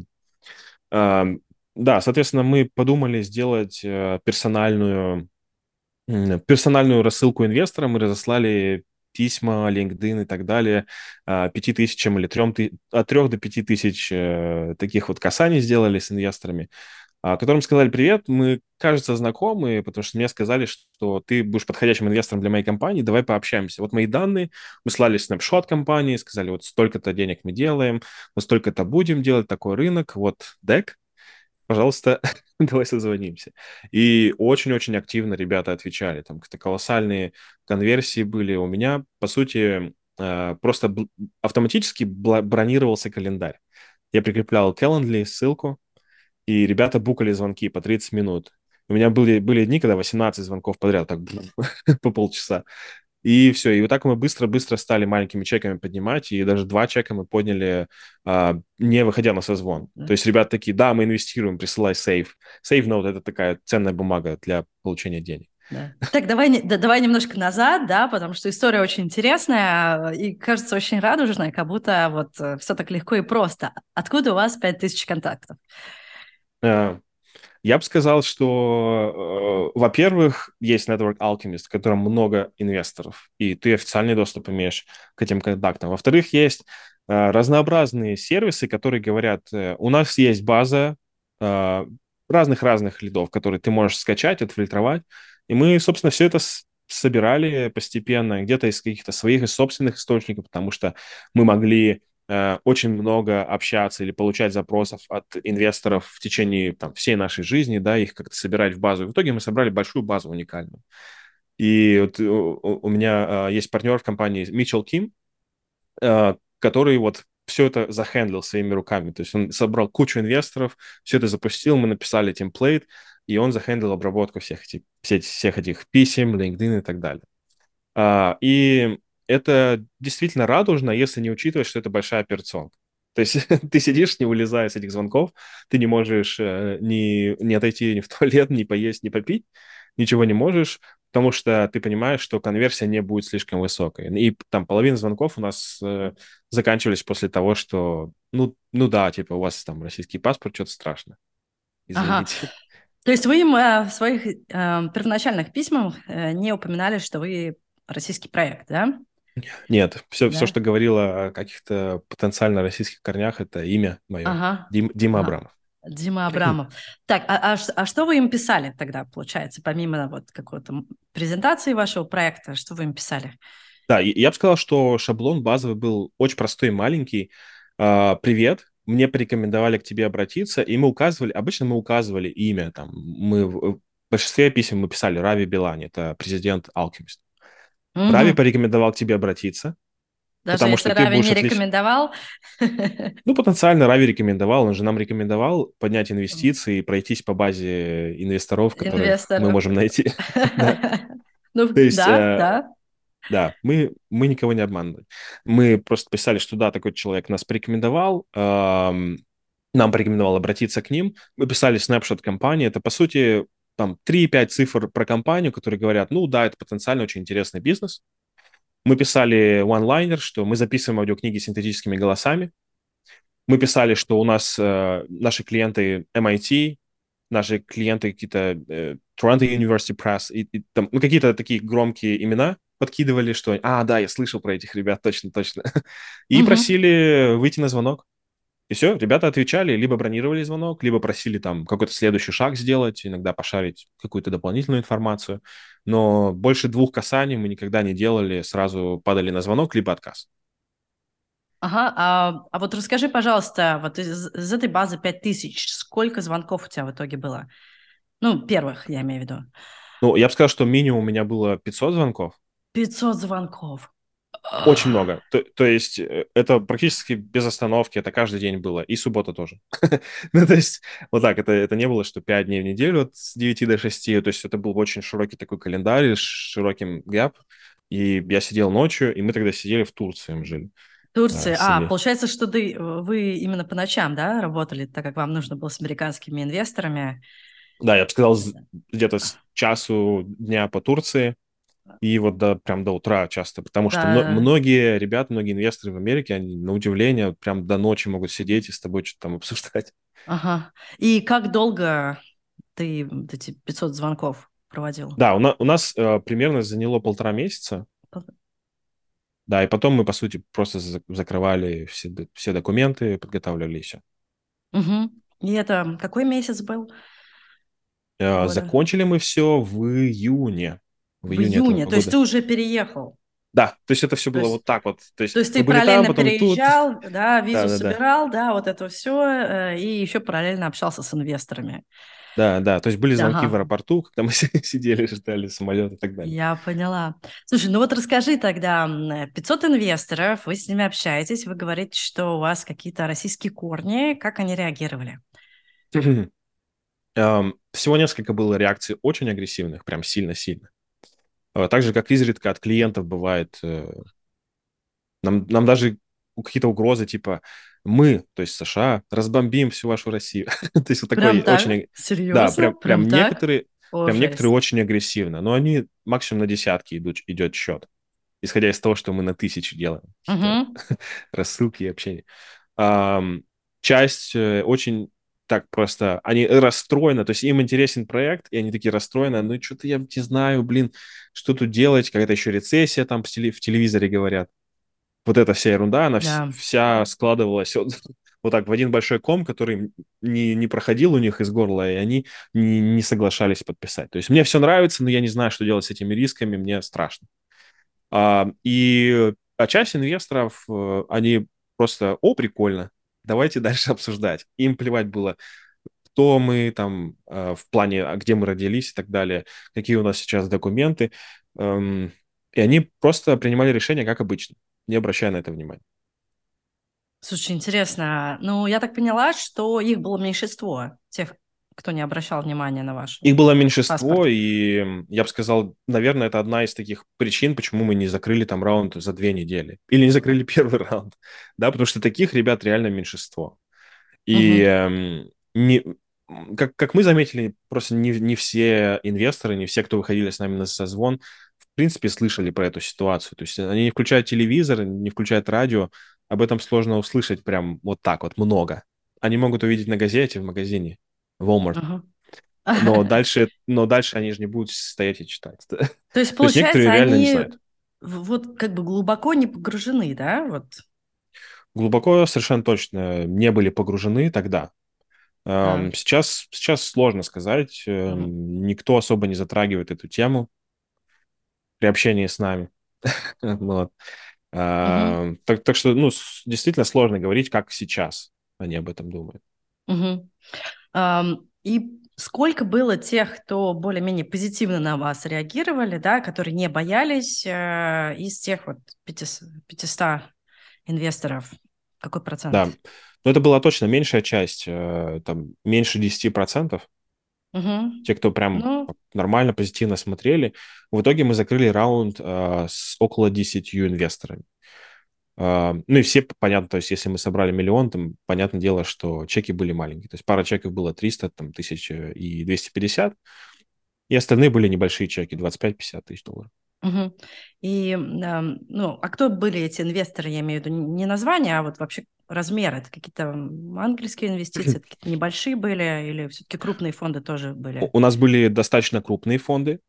Да, соответственно, мы подумали сделать персональную рассылку инвесторам. Мы разослали письма, LinkedIn и так далее 5000 или от 3 до 5000 таких вот касаний сделали с инвесторами, которым сказали, привет, мы, кажется, знакомы, потому что мне сказали, что ты будешь подходящим инвестором для моей компании, давай пообщаемся. Вот мои данные, мы слали снапшот компании, сказали, вот столько-то денег мы делаем, вот столько-то будем делать, такой рынок, вот дек, пожалуйста, давай созвонимся. И очень-очень активно ребята отвечали. Там какие-то колоссальные конверсии были. У меня, по сути, просто автоматически бронировался календарь. Я прикреплял Calendly, ссылку, и ребята букали звонки по 30 минут. У меня были дни, когда 18 звонков подряд, так по полчаса. И все. И вот так мы быстро-быстро стали маленькими чеками поднимать, и даже 2 чека мы подняли, не выходя на созвон. Да. То есть ребята такие, да, мы инвестируем, присылай сейф. Сейф ноут — это такая ценная бумага для получения денег. Да. Так, давай, давай немножко назад, да, потому что история очень интересная и кажется очень радужная, как будто вот все так легко и просто. Откуда у вас 5000 контактов? Э, Я бы сказал, что, во-первых, есть Network Alchemist, в котором много инвесторов, и ты официальный доступ имеешь к этим контактам. Во-вторых, есть разнообразные сервисы, которые говорят, у нас есть база э, разных-разных лидов, которые ты можешь скачать, отфильтровать, и мы, собственно, все это собирали постепенно, где-то из каких-то своих из собственных источников, потому что мы могли очень много общаться или получать запросов от инвесторов в течение там, всей нашей жизни, да, их как-то собирать в базу. И в итоге мы собрали большую базу уникальную. И вот у меня есть партнер в компании Митчелл Ким, который вот все это захендлил своими руками. То есть он собрал кучу инвесторов, все это запустил, мы написали темплейт, и он захендлил обработку всех этих писем, LinkedIn и так далее. И это действительно радужно, если не учитывать, что это большая операционка. То есть ты сидишь, не вылезая с этих звонков, ты не можешь ни отойти ни в туалет, ни поесть, ни попить, ничего не можешь, потому что ты понимаешь, что конверсия не будет слишком высокой. И там половина звонков у нас заканчивались после того, что, ну да, типа у вас там российский паспорт, что-то страшно, Ага. извините. То есть вы им в своих первоначальных письмах не упоминали, что вы российский проект, да? Нет, все, Да. что говорило о каких-то потенциально российских корнях, это имя мое, Ага. Дима Ага. Абрамов. Дима Абрамов. Так, а что вы им писали тогда, получается, помимо вот какой-то презентации вашего проекта, что вы им писали? Да, я бы сказал, что шаблон базовый был очень простой и маленький. Привет, мне порекомендовали к тебе обратиться, и мы указывали, обычно мы указывали имя, там, в большинстве писем мы писали Рави Билани, это президент Alchemist. Рави Мгм. порекомендовал к тебе обратиться, Даже потому если что ты Рави будешь не отличен. рекомендовал? Ну, потенциально Рави рекомендовал, он же нам рекомендовал поднять инвестиции и пройтись по базе инвесторов, которых мы Инвестор. можем найти. Да. Ну, То есть, да, да. да, мы никого не обманывали. Мы просто писали, что да, такой человек нас порекомендовал, нам порекомендовал обратиться к ним. Мы писали снапшот компании. Это, по сути, там 3-5 цифр про компанию, которые говорят, ну да, это потенциально очень интересный бизнес. Мы писали one-liner, что мы записываем аудиокниги синтетическими голосами. Мы писали, что у нас наши клиенты MIT, наши клиенты какие-то Toronto University Press, и там, ну, какие-то такие громкие имена подкидывали, что, да, я слышал про этих ребят, точно, точно. И Мгм. просили выйти на звонок. И все, ребята отвечали, либо бронировали звонок, либо просили там какой-то следующий шаг сделать, иногда пошарить какую-то дополнительную информацию. Но больше 2 касаний мы никогда не делали, сразу падали на звонок, либо отказ. Ага, а вот расскажи, пожалуйста, вот из этой базы 5000, сколько звонков у тебя в итоге было? Ну, первых, я имею в виду. Ну, я бы сказал, что минимум у меня было 500 звонков. 500 звонков. Очень Ах. много. То есть это практически без остановки, это каждый день было, и суббота тоже. Ну, то есть вот так, это не было, что 5 дней в неделю от с 9 до 6, то есть это был очень широкий такой календарь с широким гэп, и я сидел ночью, и мы тогда сидели в Турции, мы жили Турции. с семьей. Получается, что вы именно по ночам, да, работали, так как вам нужно было с американскими инвесторами. Да, я бы сказал, где-то с часу дня по Турции, и вот прям до утра часто, потому что Да. многие ребята, многие инвесторы в Америке, они, на удивление, вот прям до ночи могут сидеть и с тобой что-то там обсуждать. Ага. И как долго ты вот эти 500 звонков проводил? Да, у нас примерно заняло 1,5 месяца, да, и потом мы, по сути, просто закрывали все документы, подготавливали и все. Угу. И это какой месяц был года? Закончили мы все в В июне этого июне. То есть ты года. уже переехал. Да, то есть это все То было есть, вот так вот. То есть то есть ты мы были там, параллельно потом тут. переезжал, да, визу Да-да-да. собирал, да, вот это все, и еще параллельно общался с инвесторами. Да, да, то есть были звонки в Ага. аэропорту, когда мы сидели, ждали самолет и так далее. Я поняла. Слушай, ну вот расскажи тогда, 500 инвесторов, вы с ними общаетесь, вы говорите, что у вас какие-то российские корни, как они реагировали? Всего несколько было реакций очень агрессивных, прям сильно-сильно. Так же, как изредка от клиентов бывает, нам даже какие-то угрозы, типа, мы, то есть США, разбомбим всю вашу Россию. То есть вот Прям такой так? очень... Да, Серьезно? прям Прям так? О, некоторые жесть. очень агрессивно, но они максимум на десятки идет счет, исходя из того, что мы на тысячи делаем какие-то Угу. рассылки и общения. Ам, Часть очень так просто, они расстроены, то есть им интересен проект, и они такие расстроены, ну что-то я не знаю, блин, что тут делать, какая-то еще рецессия там в телевизоре говорят. Вот эта вся ерунда, она Да. вся складывалась вот так в один большой ком, который не проходил у них из горла, и они не соглашались подписать. То есть мне все нравится, но я не знаю, что делать с этими рисками, мне страшно. Часть инвесторов, они просто, прикольно, давайте дальше обсуждать. Им плевать было, кто мы там в плане, где мы родились и так далее, какие у нас сейчас документы. Эм, И они просто принимали решения, как обычно, не обращая на это внимания. Слушай, интересно. Ну, я так поняла, что их было меньшинство, тех, кто не обращал внимания на ваш Их было меньшинство, паспорт. и я бы сказал, наверное, это одна из таких причин, почему мы не закрыли там раунд за 2 недели. Или не закрыли первый раунд. Да, потому что таких ребят реально меньшинство. И Угу. как мы заметили, просто не все инвесторы, не все, кто выходили с нами на созвон, в принципе, слышали про эту ситуацию. То есть они не включают телевизор, не включают радио, об этом сложно услышать прям вот так вот много. Они могут увидеть на газете в магазине Walmart, Угу. но дальше они же не будут стоять и читать. То То есть, есть некоторые получается, реально не они знают. вот как бы глубоко не погружены, да? Вот. Глубоко совершенно точно не были погружены тогда. Да. Сейчас сложно сказать. Мгм. Никто особо не затрагивает эту тему при общении с нами. Вот. Мгм. Так что, ну, действительно сложно говорить, как сейчас они об этом думают. Мгм. И сколько было тех, кто более-менее позитивно на вас реагировали, да, которые не боялись, из тех вот 500 инвесторов? Какой Да, процент? но это была точно меньшая часть, там, меньше 10%. Мгм. Те, кто прям Ну, нормально, позитивно смотрели. В итоге мы закрыли раунд с около 10 инвесторами. Ну и все, понятно, то есть если мы собрали миллион, там, понятное дело, что чеки были маленькие. То есть пара чеков было 300, там, 1250, и остальные были небольшие чеки, 25-50 тысяч долларов. мгм. И, ну, а кто были эти инвесторы, я имею в виду, не название, а вот вообще размер? Это какие-то английские инвестиции, это какие-то небольшие были или все-таки крупные фонды тоже были? У нас были достаточно крупные фонды.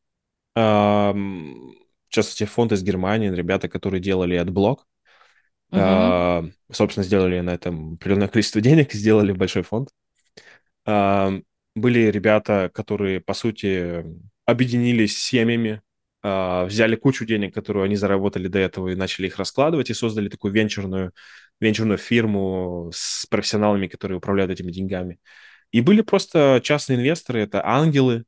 В частности, фонд из Германии, ребята, которые делали AdBlock, Мгм. собственно, сделали на этом определенное количество денег, сделали большой фонд. А, Были ребята, которые, по сути, объединились с семьями, взяли кучу денег, которую они заработали до этого, и начали их раскладывать, и создали такую венчурную фирму с профессионалами, которые управляют этими деньгами. И были просто частные инвесторы, это ангелы,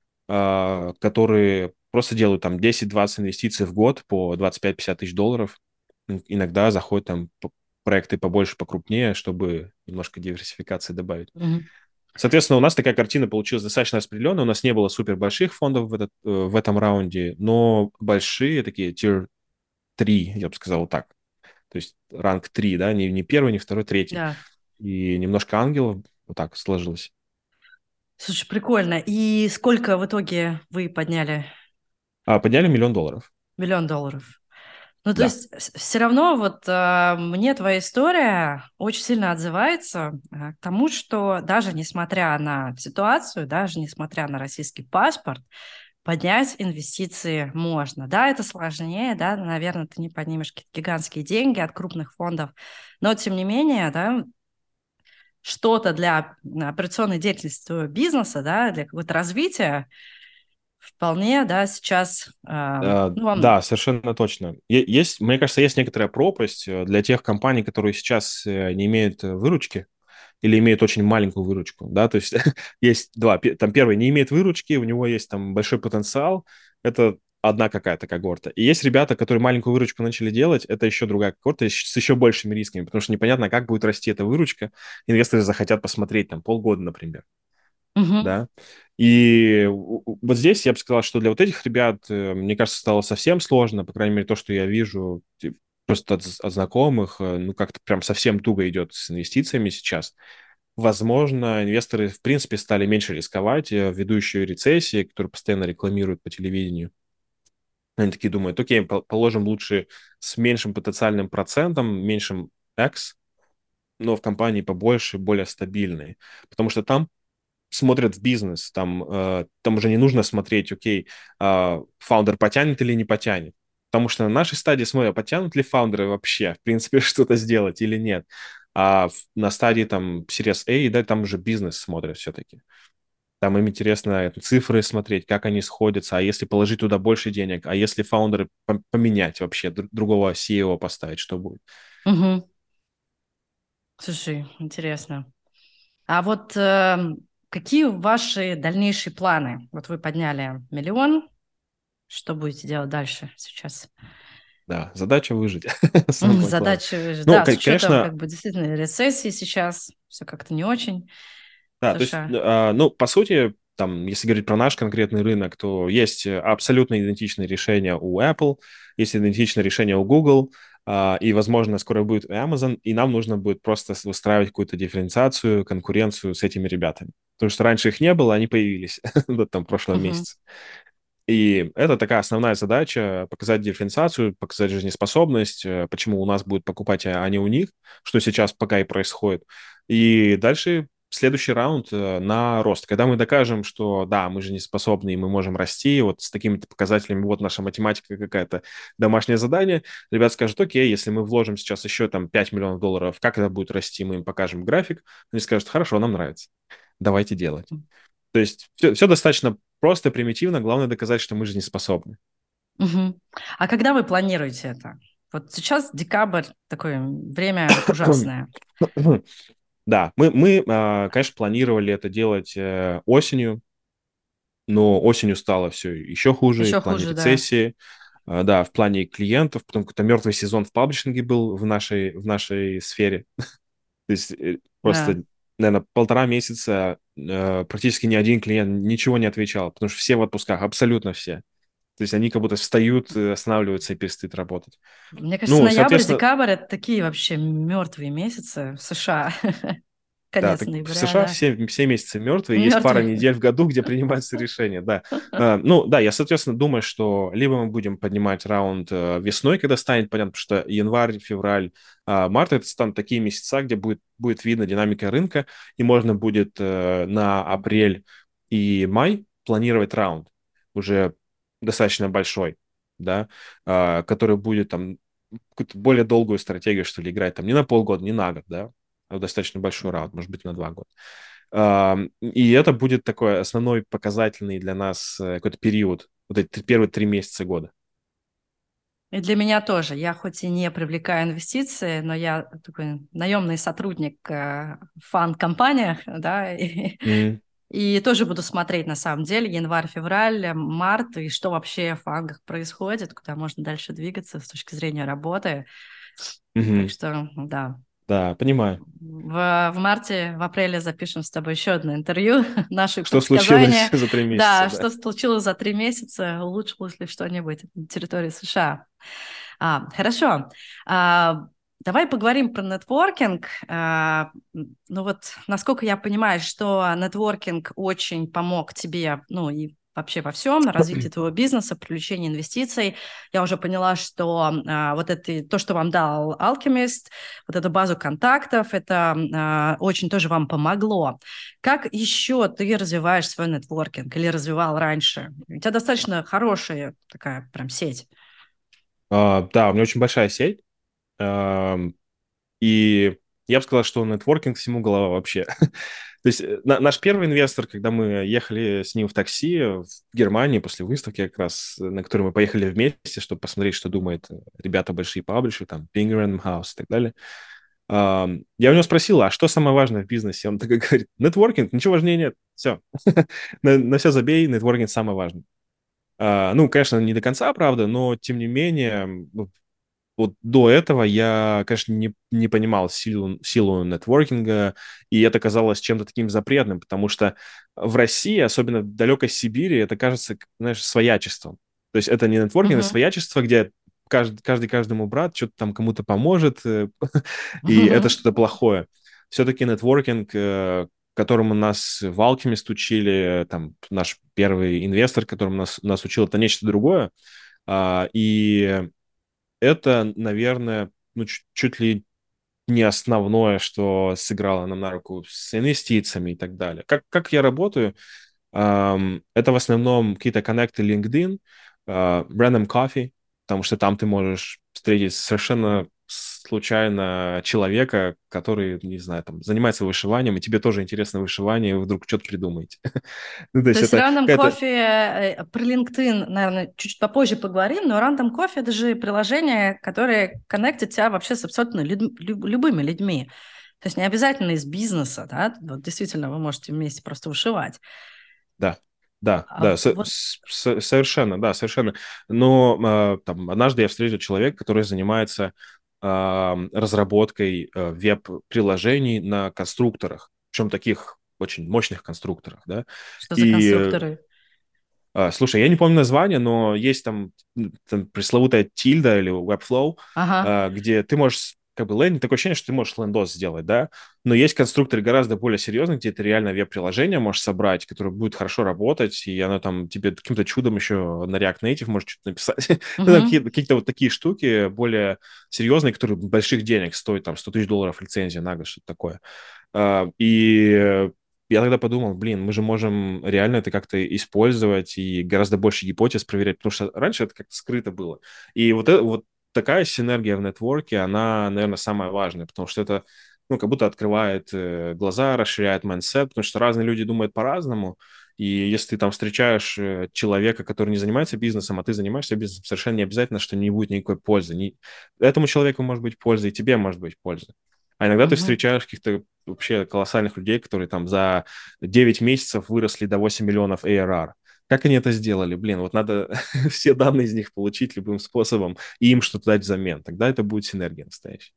которые просто делают там 10-20 инвестиций в год по 25-50 тысяч долларов. Иногда заходят там проекты побольше, покрупнее, чтобы немножко диверсификации добавить. Мгм. Соответственно, у нас такая картина получилась достаточно распределенная. У нас не было супер больших фондов в этом раунде, но большие, такие tier 3, я бы сказал вот так. То есть ранг 3, да, не первый, не второй, третий. Да. И немножко ангелов, вот так сложилось. Слушай, прикольно. И сколько в итоге вы подняли? Подняли $1 000 000. 1 000 000 долларов. Ну, то Да. есть все равно вот мне твоя история очень сильно отзывается к тому, что даже несмотря на ситуацию, даже несмотря на российский паспорт, поднять инвестиции можно. Да, это сложнее, да, наверное, ты не поднимешь какие-то гигантские деньги от крупных фондов, но тем не менее, да, что-то для операционной деятельности твоего бизнеса, да, для какого-то развития вполне, да, сейчас, ну, вам... Да, совершенно точно. Есть, мне кажется, есть некоторая пропасть для тех компаний, которые сейчас не имеют выручки или имеют очень маленькую выручку, да, то есть есть два, там первый не имеет выручки, у него есть там большой потенциал, это одна какая-то когорта. И есть ребята, которые маленькую выручку начали делать, это еще другая когорта с еще большими рисками, потому что непонятно, как будет расти эта выручка. Инвесторы захотят посмотреть там полгода, например, Мгм. да. И вот здесь я бы сказал, что для вот этих ребят, мне кажется, стало совсем сложно, по крайней мере, то, что я вижу просто от знакомых, ну, как-то прям совсем туго идет с инвестициями сейчас. Возможно, инвесторы, в принципе, стали меньше рисковать ввиду еще и рецессии, которую постоянно рекламируют по телевидению. Они такие думают, окей, положим лучше с меньшим потенциальным процентом, меньшим X, но в компании побольше, более стабильные. Потому что там смотрят в бизнес, там уже не нужно смотреть, окей, фаундер потянет или не потянет. Потому что на нашей стадии смотрят, потянут ли фаундеры вообще, в принципе, что-то сделать или нет. На стадии там Series A, да, там уже бизнес смотрят все-таки. Там им интересно цифры смотреть, как они сходятся, а если положить туда больше денег, а если фаундеры поменять вообще, другого CEO поставить, что будет? Мгм. Слушай, интересно. А вот какие ваши дальнейшие планы? Вот вы подняли 1 000 000, что будете делать дальше сейчас? Да, задача выжить, самое главное. Задача, Ну, да, с учетом конечно, как бы действительно рецессии сейчас, все как-то не очень в да, то есть, США. ну, по сути, там, если говорить про наш конкретный рынок, то есть абсолютно идентичные решения у Apple, есть идентичные решения у Google, и, возможно, скоро будет и Amazon, и нам нужно будет просто выстраивать какую-то дифференциацию, конкуренцию с этими ребятами. Потому что раньше их не было, они появились вот там в прошлом Мгм. месяце. И это такая основная задача — показать дифференциацию, показать жизнеспособность, почему у нас будут покупать, а не у них, что сейчас пока и происходит. И дальше следующий раунд на рост. Когда мы докажем, что да, мы же не способны, и мы можем расти, вот с такими показателями, вот наша математика какая-то, домашнее задание, ребят скажут, окей, если мы вложим сейчас еще там 5 миллионов долларов, как это будет расти, мы им покажем график, они скажут, хорошо, нам нравится. давайте делать. То есть все достаточно просто, примитивно, главное доказать, что мы же не способны. Мгм. А когда вы планируете это? Вот сейчас декабрь, такое время ужасное. Да, мы, конечно, планировали это делать осенью, но осенью стало все еще хуже и в Еще плане хуже, да. рецессии, да, в плане клиентов, потом какой-то мертвый сезон в паблишинге был в нашей сфере. То есть Да. просто, наверное, 1,5 месяца практически ни один клиент ничего не отвечал, потому что все в отпусках, абсолютно все. То есть они как будто встают, останавливаются и перестают работать. Мне кажется, Ну, ноябрь, соответственно, декабрь – это такие вообще мертвые месяцы в США. да, Конец так в ноября, США да. все месяцы мертвые, есть пара Мертвые. недель в году, где принимаются решения, да. Ну, да, я, соответственно, думаю, что либо мы будем поднимать раунд весной, когда станет понятно, потому что январь, февраль, март — это станут такие месяца, где будет видно динамика рынка, и можно будет на апрель и май планировать раунд уже достаточно большой, да, который будет там какую-то более долгую стратегию, что ли, играть там не на полгода, не на год, да, а достаточно большой раунд, может быть, на 2 года. И это будет такой основной показательный для нас какой-то период, вот эти первые 3 месяца года. И для меня тоже. Я хоть и не привлекаю инвестиции, но я такой наемный сотрудник в фан-компаниях, да, М, и тоже буду смотреть, на самом деле, январь, февраль, март, и что вообще в фангах происходит, куда можно дальше двигаться с точки зрения работы. Так мгм. что, да, Да, понимаю. в марте, в апреле запишем с тобой еще одно интервью, наши Что случилось предсказания. за 3 месяца, Да, да. что случилось за 3 месяца, улучшилось ли что-нибудь на территории США. Хорошо. Давай поговорим про нетворкинг. Ну вот, насколько я понимаю, что нетворкинг очень помог тебе, ну и вообще во всем, на развитии твоего бизнеса, привлечении инвестиций. Я уже поняла, что вот это то, что вам дал Alchemist, вот эту базу контактов, это очень тоже вам помогло. Как еще ты развиваешь свой нетворкинг или развивал раньше? У тебя достаточно хорошая такая прям сеть. Да, у меня очень большая сеть. И я бы сказал, что нетворкинг всему голова вообще. То есть наш первый инвестор, когда мы ехали с ним в такси в Германии после выставки как раз, на которую мы поехали вместе, чтобы посмотреть, что думают ребята большие паблишеры, там, Penguin Random House и так далее. Я у него спросил, а что самое важное в бизнесе? Он такой говорит, нетворкинг, ничего важнее нет. Все. На все забей, нетворкинг самое важное. Ну, конечно, не до конца, правда, но тем не менее, вот до этого я, конечно, не понимал силу нетворкинга, и это казалось чем-то таким запретным, потому что в России, особенно в далекой Сибири, это кажется, знаешь, своячеством. То есть это не нетворкинг, это Мгм. своячество, где каждый каждому брат что-то там кому-то поможет, и это что-то плохое. Все-таки нетворкинг, которому нас в Alchemist учили, там, наш первый инвестор, которому нас учил, это нечто другое. И это, наверное, ну, чуть ли не основное, что сыграло нам на руку с инвестициями и так далее. Как я работаю? Это в основном какие-то коннекты LinkedIn, Random Coffee, потому что там ты можешь встретить совершенно случайно человека, который, не знаю, там, занимается вышиванием, и тебе тоже интересно вышивание, и вы вдруг что-то придумаете. Ну, то То есть есть это Random какая-то... Coffee, про LinkedIn, наверное, чуть-чуть попозже поговорим, но Random Coffee – это же приложение, которое коннектит тебя вообще с абсолютно любыми людьми. То есть не обязательно из бизнеса, да, вот действительно вы можете вместе просто вышивать. Да, да, А да, вот совершенно, да, совершенно. Но там однажды я встретил человека, который занимается разработкой веб-приложений на конструкторах, причем таких очень мощных конструкторах, да. что за И конструкторы? слушай, я не помню название, но есть там пресловутая тильда или Webflow, Ага. где ты можешь как бы лендинг, такое ощущение, что ты можешь лендос сделать, да, но есть конструкторы гораздо более серьезные, где ты реально веб-приложение можешь собрать, которое будет хорошо работать, и оно там тебе каким-то чудом еще на React Native может что-то написать. Ну, там Мгм. какие-то вот такие штуки более серьезные, которые больших денег стоят, там, $100 000 лицензия на год, что-то такое. И я тогда подумал, блин, мы же можем реально это как-то использовать и гораздо больше гипотез проверять, потому что раньше это как-то скрыто было. И вот такая синергия в нетворке, она, наверное, самая важная, потому что это ну, как будто открывает глаза, расширяет майндсет, потому что разные люди думают по-разному. И если ты там встречаешь человека, который не занимается бизнесом, а ты занимаешься бизнесом, совершенно не обязательно, что не будет никакой пользы. Этому человеку может быть польза, и тебе может быть польза. А иногда ты Мгм. встречаешь каких-то вообще колоссальных людей, которые там за 9 месяцев выросли до 8 миллионов ARR. Как они это сделали? Блин, вот надо все данные из них получить любым способом и им что-то дать взамен. Тогда это будет синергия настоящая.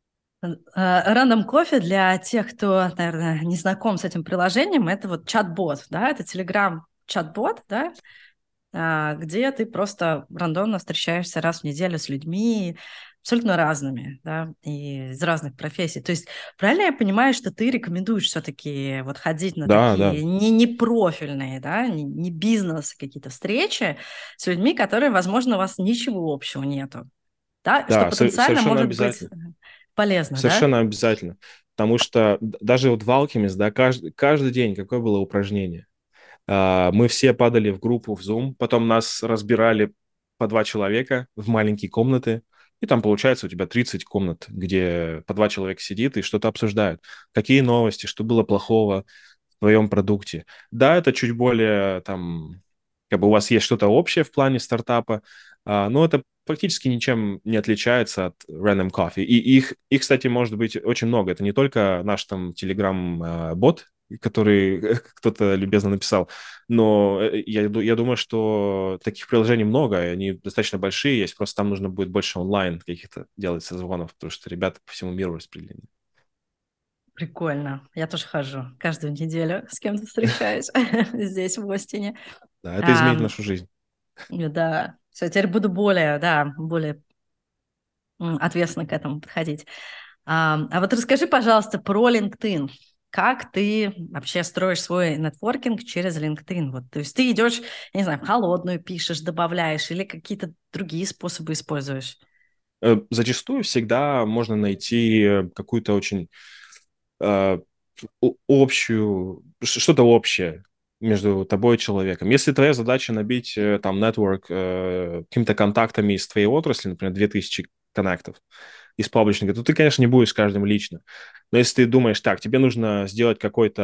Random Coffee для тех, кто, наверное, не знаком с этим приложением, это вот чат-бот, да, это Telegram чат-бот, да, где ты просто рандомно встречаешься раз в неделю с людьми абсолютно разными, да, и из разных профессий. То есть правильно я понимаю, что ты рекомендуешь все-таки вот ходить на Да, да, такие не профильные, да, не бизнес какие-то встречи с людьми, которые, возможно, у вас ничего общего нету, да, что да, потенциально совершенно может быть обязательно. полезно, да? Совершенно обязательно. Потому что даже вот в Alchemist, да, каждый день какое было упражнение. Мы все падали в группу в Zoom, потом нас разбирали по два человека в маленькие комнаты, и там получается у тебя 30 комнат, где по два человека сидит и что-то обсуждают. Какие новости, что было плохого в твоем продукте. Да, это чуть более там, как бы у вас есть что-то общее в плане стартапа, но это практически ничем не отличается от Random Coffee. И их, кстати, может быть очень много. Это не только наш там Telegram-бот, который кто-то любезно написал, но я думаю, что таких приложений много, и они достаточно большие есть, просто там нужно будет больше онлайн каких-то делать созвонов, потому что ребята по всему миру распределены. Прикольно. Я тоже хожу каждую неделю, с кем-то встречаюсь здесь, в Остине. Да, это изменит Ам, нашу жизнь. Да, все, теперь буду более, да, более ответственно к этому подходить. А вот расскажи, пожалуйста, про LinkedIn. Как ты вообще строишь свой нетворкинг через LinkedIn? Вот, то есть ты идешь, я не знаю, в холодную пишешь, добавляешь или какие-то другие способы используешь? Зачастую всегда можно найти какую-то очень э, общую, что-то общее между тобой и человеком. Если твоя задача набить там network какими-то контактами из твоей отрасли, например, 2000 коннектов из паблишника, то ты, конечно, не будешь с каждым лично. Но если ты думаешь, так, тебе нужно сделать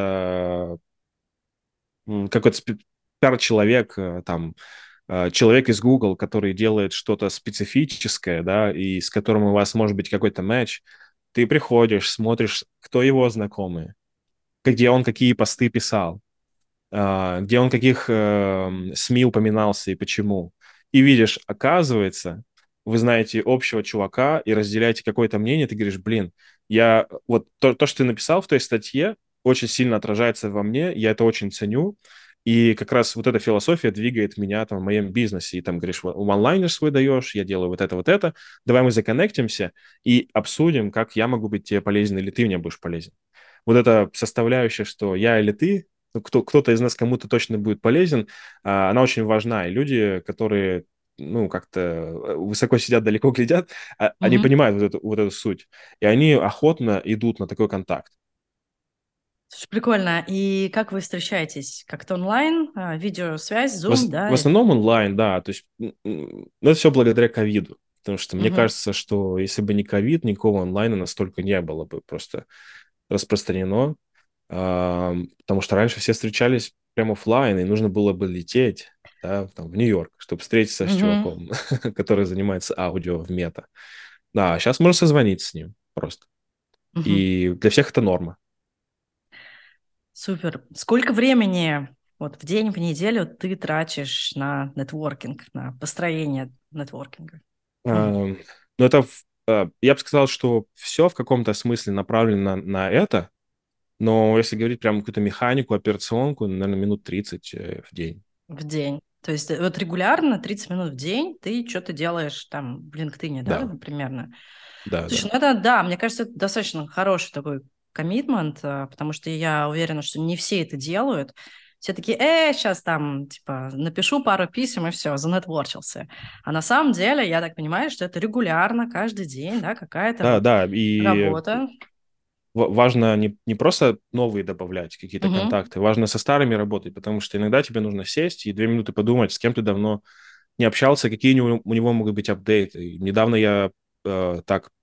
какой-то пиар-человек, там, человек из Google, который делает что-то специфическое, да, и с которым у вас может быть какой-то матч, ты приходишь, смотришь, кто его знакомые, где он какие посты писал, где он каких СМИ упоминался и почему. И видишь, оказывается, вы знаете общего чувака и разделяете какое-то мнение, ты говоришь, блин, вот то, что ты написал в той статье, очень сильно отражается во мне, я это очень ценю, и как раз вот эта философия двигает меня там в моем бизнесе. И там говоришь, вот, онлайнер свой даешь, я делаю вот это, давай мы законнектимся и обсудим, как я могу быть тебе полезен или ты мне будешь полезен. Вот эта составляющая, что я или ты, ну, кто-то из нас кому-то точно будет полезен, она очень важна. И люди, которые ну, как-то высоко сидят, далеко глядят, они Мгм. понимают вот эту суть. И они охотно идут на такой контакт. Слушай, прикольно. И как вы встречаетесь? Как-то онлайн, видеосвязь, В, Zoom, ос- в да? основном онлайн, да. То есть, ну, это все благодаря ковиду. Потому что мне Мгм. кажется, что если бы не ковид, никакого онлайна настолько не было бы просто распространено. Потому что раньше все встречались прямо оффлайн, и нужно было бы лететь, да, там, в Нью-Йорк, чтобы встретиться с Мгм. чуваком, который занимается аудио в мета. Да, сейчас можно созвониться с ним просто. Мгм. И для всех это норма. Супер. Сколько времени вот в день, в неделю ты тратишь на нетворкинг, на построение нетворкинга? Мгм. Ну, это, я бы сказал, что все в каком-то смысле направлено на это, но если говорить прям какую-то механику, операционку, наверное, минут 30 в день. В день. То есть вот регулярно 30 минут в день ты что-то делаешь там в LinkedIn, да, Да, примерно? да, Слушай, да. ну это, да, мне кажется, это достаточно хороший такой коммитмент, потому что я уверена, что не все это делают. Все такие, сейчас там, типа, напишу пару писем и все, занетворчился. А на самом деле, я так понимаю, что это регулярно, каждый день, да, какая-то Да, вот да, и работа. важно не просто новые добавлять какие-то Мгм. контакты, важно со старыми работать, потому что иногда тебе нужно сесть и 2 минуты подумать, с кем ты давно не общался, какие у него могут быть апдейты. И недавно я так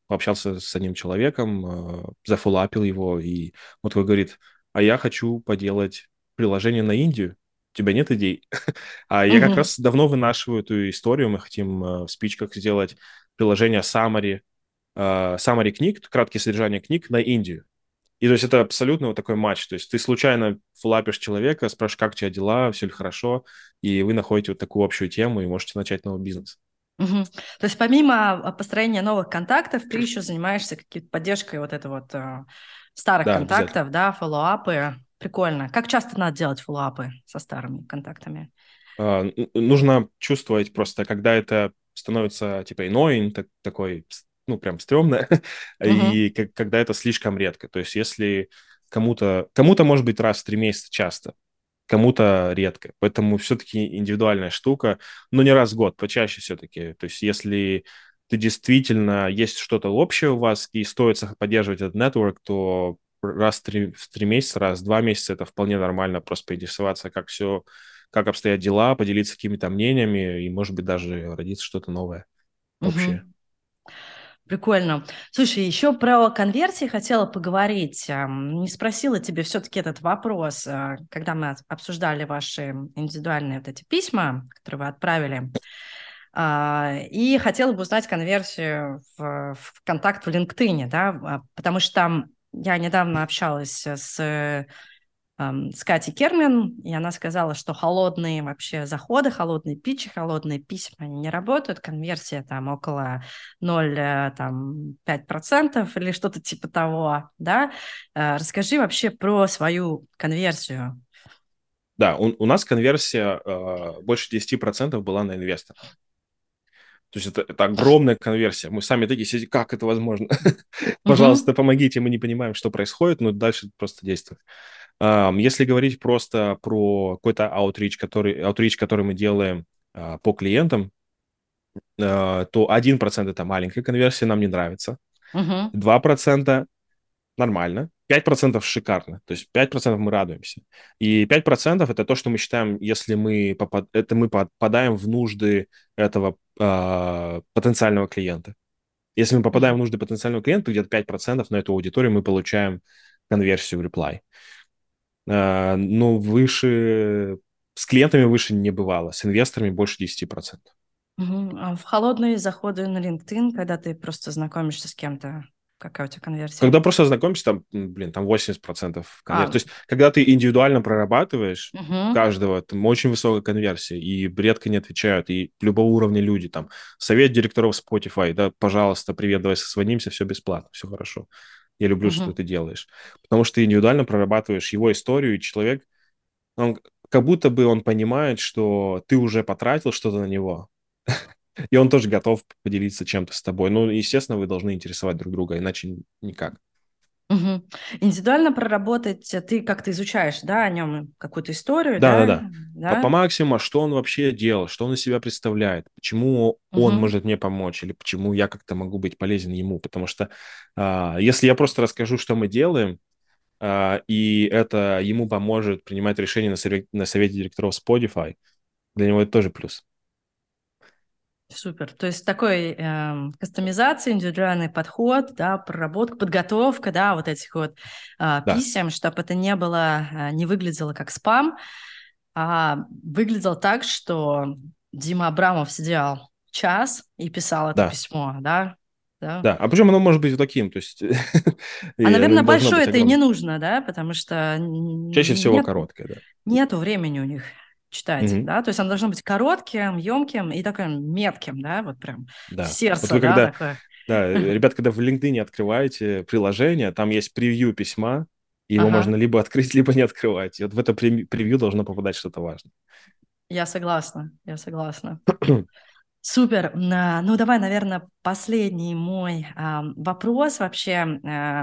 пообщался с одним человеком, зафоллапил его, и он такой говорит, а я хочу поделать приложение на Индию. У тебя нет идей? А я как Мгм. раз давно вынашиваю эту историю. Мы хотим в спичках сделать приложение summary книг, краткие содержания книг на Индию. И то есть это абсолютно вот такой матч. То есть ты случайно флапишь человека, спрашиваешь, как у тебя дела, все ли хорошо, и вы находите вот такую общую тему и можете начать новый бизнес. Мгм. То есть помимо построения новых контактов, ты еще занимаешься какой-то поддержкой вот это вот старых Да, обязательно. контактов, да, фоллоуапы. Прикольно. Как часто надо делать фоллоуапы со старыми контактами? Нужно чувствовать просто, когда это становится типа annoying, такой, ну, прям стрёмно, Мгм. и когда это слишком редко. То есть если кому-то может быть раз в 3 месяца часто, кому-то редко. Поэтому все-таки индивидуальная штука, но не раз в год, почаще все-таки. То есть если ты действительно есть что-то общее у вас и стоит поддерживать этот network, то в три месяца, раз в 2 месяца это вполне нормально, просто поинтересоваться, как обстоят дела, поделиться какими-то мнениями и, может быть, даже родиться что-то новое, общее. Мгм. Прикольно. Слушай, еще про конверсии хотела поговорить. Не спросила тебе все-таки этот вопрос, когда мы обсуждали ваши индивидуальные вот эти письма, которые вы отправили. И хотела бы узнать конверсию в контакт в LinkedIn, да, потому что там я недавно общалась с Катей Кермин, и она сказала, что холодные вообще заходы, холодные питчи, холодные письма, они не работают, конверсия там около 0,5% или что-то типа того, да. Расскажи вообще про свою конверсию. Да, у нас конверсия больше 10% была на инвестора. То есть это огромная конверсия. Мы сами такие сидим, как это возможно? Мгм. Пожалуйста, помогите, мы не понимаем, что происходит, но дальше просто действует. Если говорить просто про какой-то outreach, который мы делаем по клиентам, то 1% это маленькая конверсия, нам не нравится. Мгм. 2% нормально, 5% шикарно. То есть 5% мы радуемся. И 5% это то, что мы считаем, если мы попадаем в нужды этого потенциального клиента. Если мы попадаем в Мгм. нужды потенциального клиента, то где-то 5% на эту аудиторию мы получаем конверсию в reply. Но с клиентами выше не бывало, с инвесторами больше 10%. Мгм. А в холодные заходы на LinkedIn, когда ты просто знакомишься с кем-то, какая у тебя конверсия? Когда просто знакомишься, там, блин, там 80% конверсии. То А, есть, когда ты индивидуально прорабатываешь мгм. каждого, там очень высокая конверсия, и редко не отвечают, и любого уровня люди, там, совет директоров Spotify, да, пожалуйста, привет, давай созвонимся, все бесплатно, все хорошо. Я люблю, что Мгм. ты делаешь. Потому что ты индивидуально прорабатываешь его историю, и человек, он как будто бы он понимает, что ты уже потратил что-то на него, и он тоже готов поделиться чем-то с тобой. Ну, естественно, вы должны интересовать друг друга, иначе никак. Мгм. Индивидуально проработать, ты как-то изучаешь, да, о нем какую-то историю, да, Да-да-да. По да? максимуму, а что он вообще делал, что он из себя представляет, почему он Мгм. может мне помочь, или почему я как-то могу быть полезен ему. Потому что если я просто расскажу, что мы делаем, и это ему поможет принимать решения на совете директоров Spotify, для него это тоже плюс. Супер. То есть такой кастомизация, индивидуальный подход, да, проработка, подготовка, да, вот этих вот Да, писем, чтобы это не было, не выглядело как спам, а выглядело так, что Дима Абрамов сидел час и писал это да, письмо, да? Да. да. А причем оно может быть вот таким, то есть А, и оно наверное, не должно большое быть это и не огромным. нужно, да, потому что Чаще всего нет, короткое, да. нету времени у них читать, Мгм. да, то есть оно должно быть коротким, емким и таким метким, да, вот прям в Да. Вот сердце, вы да, когда такое. Да, ребят, когда в LinkedIn открываете приложение, там есть превью письма, и его можно Ага, либо открыть, либо не открывать. И вот в это превью должно попадать что-то важное. я согласна, я согласна. Супер. Ну, давай, наверное, последний мой вопрос вообще.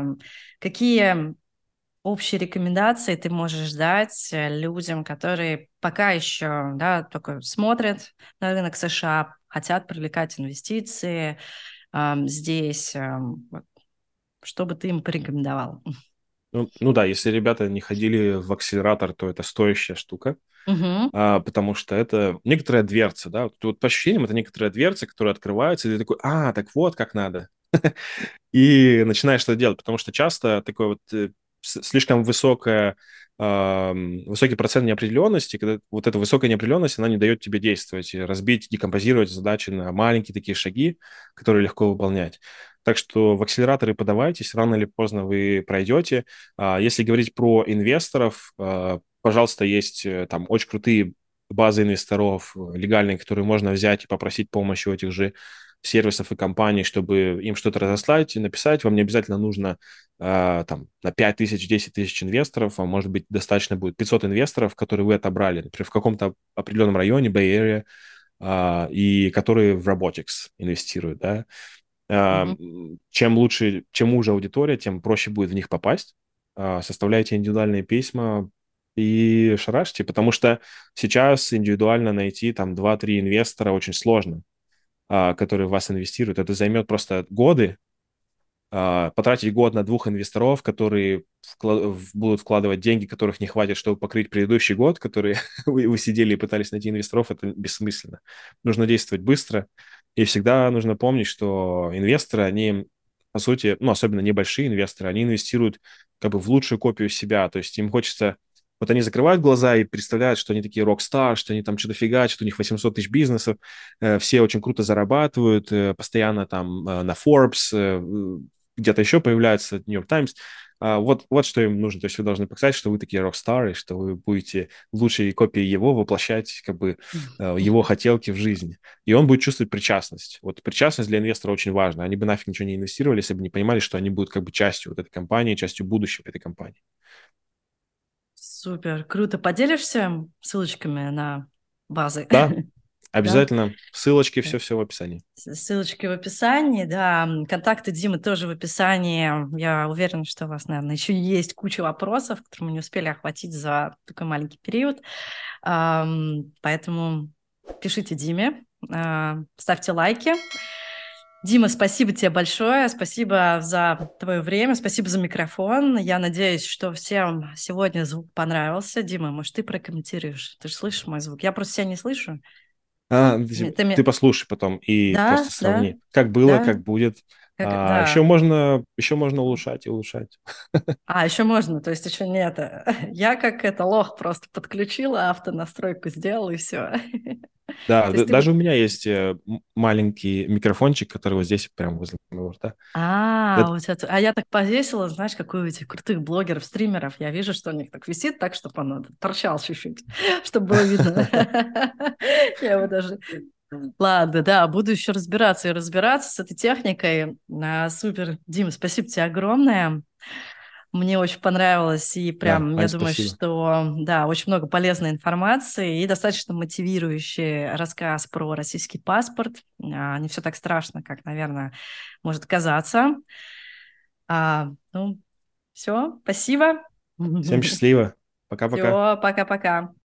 Какие общие рекомендации ты можешь дать людям, которые пока еще, да, только смотрят на рынок США, хотят привлекать инвестиции здесь? Вот, что бы ты им порекомендовал? Ну да, если ребята не ходили в акселератор, то это стоящая штука, Мгм. потому что это некоторая дверца, да. Вот по ощущениям это некоторая дверца, которая открывается, и ты такой, так вот как надо. и начинаешь что делать, потому что часто такое вот слишком высокий процент неопределенности, когда вот эта высокая неопределенность, она не дает тебе действовать, и разбить, декомпозировать задачи на маленькие такие шаги, которые легко выполнять. Так что в акселераторы подавайтесь, рано или поздно вы пройдете. Если говорить про инвесторов, пожалуйста, есть там очень крутые базы инвесторов легальные, которые можно взять и попросить помощи у этих же сервисов и компаний, чтобы им что-то разослать и написать. Вам не обязательно нужно там на 5 тысяч, 10 тысяч инвесторов, а может быть достаточно будет 500 инвесторов, которые вы отобрали, например, в каком-то определенном районе, Bay Area, и которые в robotics инвестируют, да. А, Мгм. Чем лучше, чем уже аудитория, тем проще будет в них попасть. Составляйте индивидуальные письма и шарашьте, потому что сейчас индивидуально найти там два-три инвестора очень сложно, которые в вас инвестируют. Это займет просто годы, потратить год на двух инвесторов, которые будут вкладывать деньги, которых не хватит, чтобы покрыть предыдущий год, которые вы сидели и пытались найти инвесторов, это бессмысленно. Нужно действовать быстро, и всегда нужно помнить, что инвесторы, они, по сути, ну, особенно небольшие инвесторы, они инвестируют как бы в лучшую копию себя, то есть им хочется. Вот они закрывают глаза и представляют, что они такие рок-стар, что они там что-то фигачат, у них 800 тысяч бизнесов, все очень круто зарабатывают, постоянно там на Forbes, где-то еще появляется Нью-Йорк Таймс. Вот что им нужно. То есть вы должны показать, что вы такие рок-стары, что вы будете в лучшей копии его воплощать как бы его хотелки в жизни. И он будет чувствовать причастность. Вот причастность для инвестора очень важна. Они бы нафиг ничего не инвестировали, если бы не понимали, что они будут как бы частью вот этой компании, частью будущего этой компании. Супер, круто. Поделишься ссылочками на базы? Да, Да? обязательно. Ссылочки, все-все в описании. Ссылочки в описании, да. Контакты Димы тоже в описании. Я уверена, что у вас, наверное, еще есть куча вопросов, которые мы не успели охватить за такой маленький период. Поэтому пишите Диме, ставьте лайки. Дима, спасибо тебе большое, спасибо за твое время, спасибо за микрофон. Я надеюсь, что всем сегодня звук понравился. Дима, может, ты прокомментируешь? Ты же слышишь мой звук? Я просто себя не слышу. Ты Ты мне... послушай потом и просто Да, да, сравни, как было, да, как будет. Еще да. можно улучшать и улучшать. А, еще можно, то есть еще не это. Я как это лох просто подключила, автонастройку сделала и все. Да, То есть ты даже вот... у меня есть маленький микрофончик, который вот здесь прямо возле моего рта. А, Это- вот это... а я так повесила, знаешь, какой у этих крутых блогеров, стримеров. Я вижу, что у них так висит так, чтобы оно торчало чуть-чуть, чтобы было видно. Я его даже... Ладно, да, буду еще разбираться и разбираться с этой техникой. Супер. Дим, спасибо тебе огромное. Мне очень понравилось, и Да, прям, я Ань, думаю, спасибо. что, да, очень много полезной информации и достаточно мотивирующий рассказ про российский паспорт. Не все так страшно, как, наверное, может казаться. Ну, все, спасибо. Всем счастливо. Пока-пока. Все, пока-пока.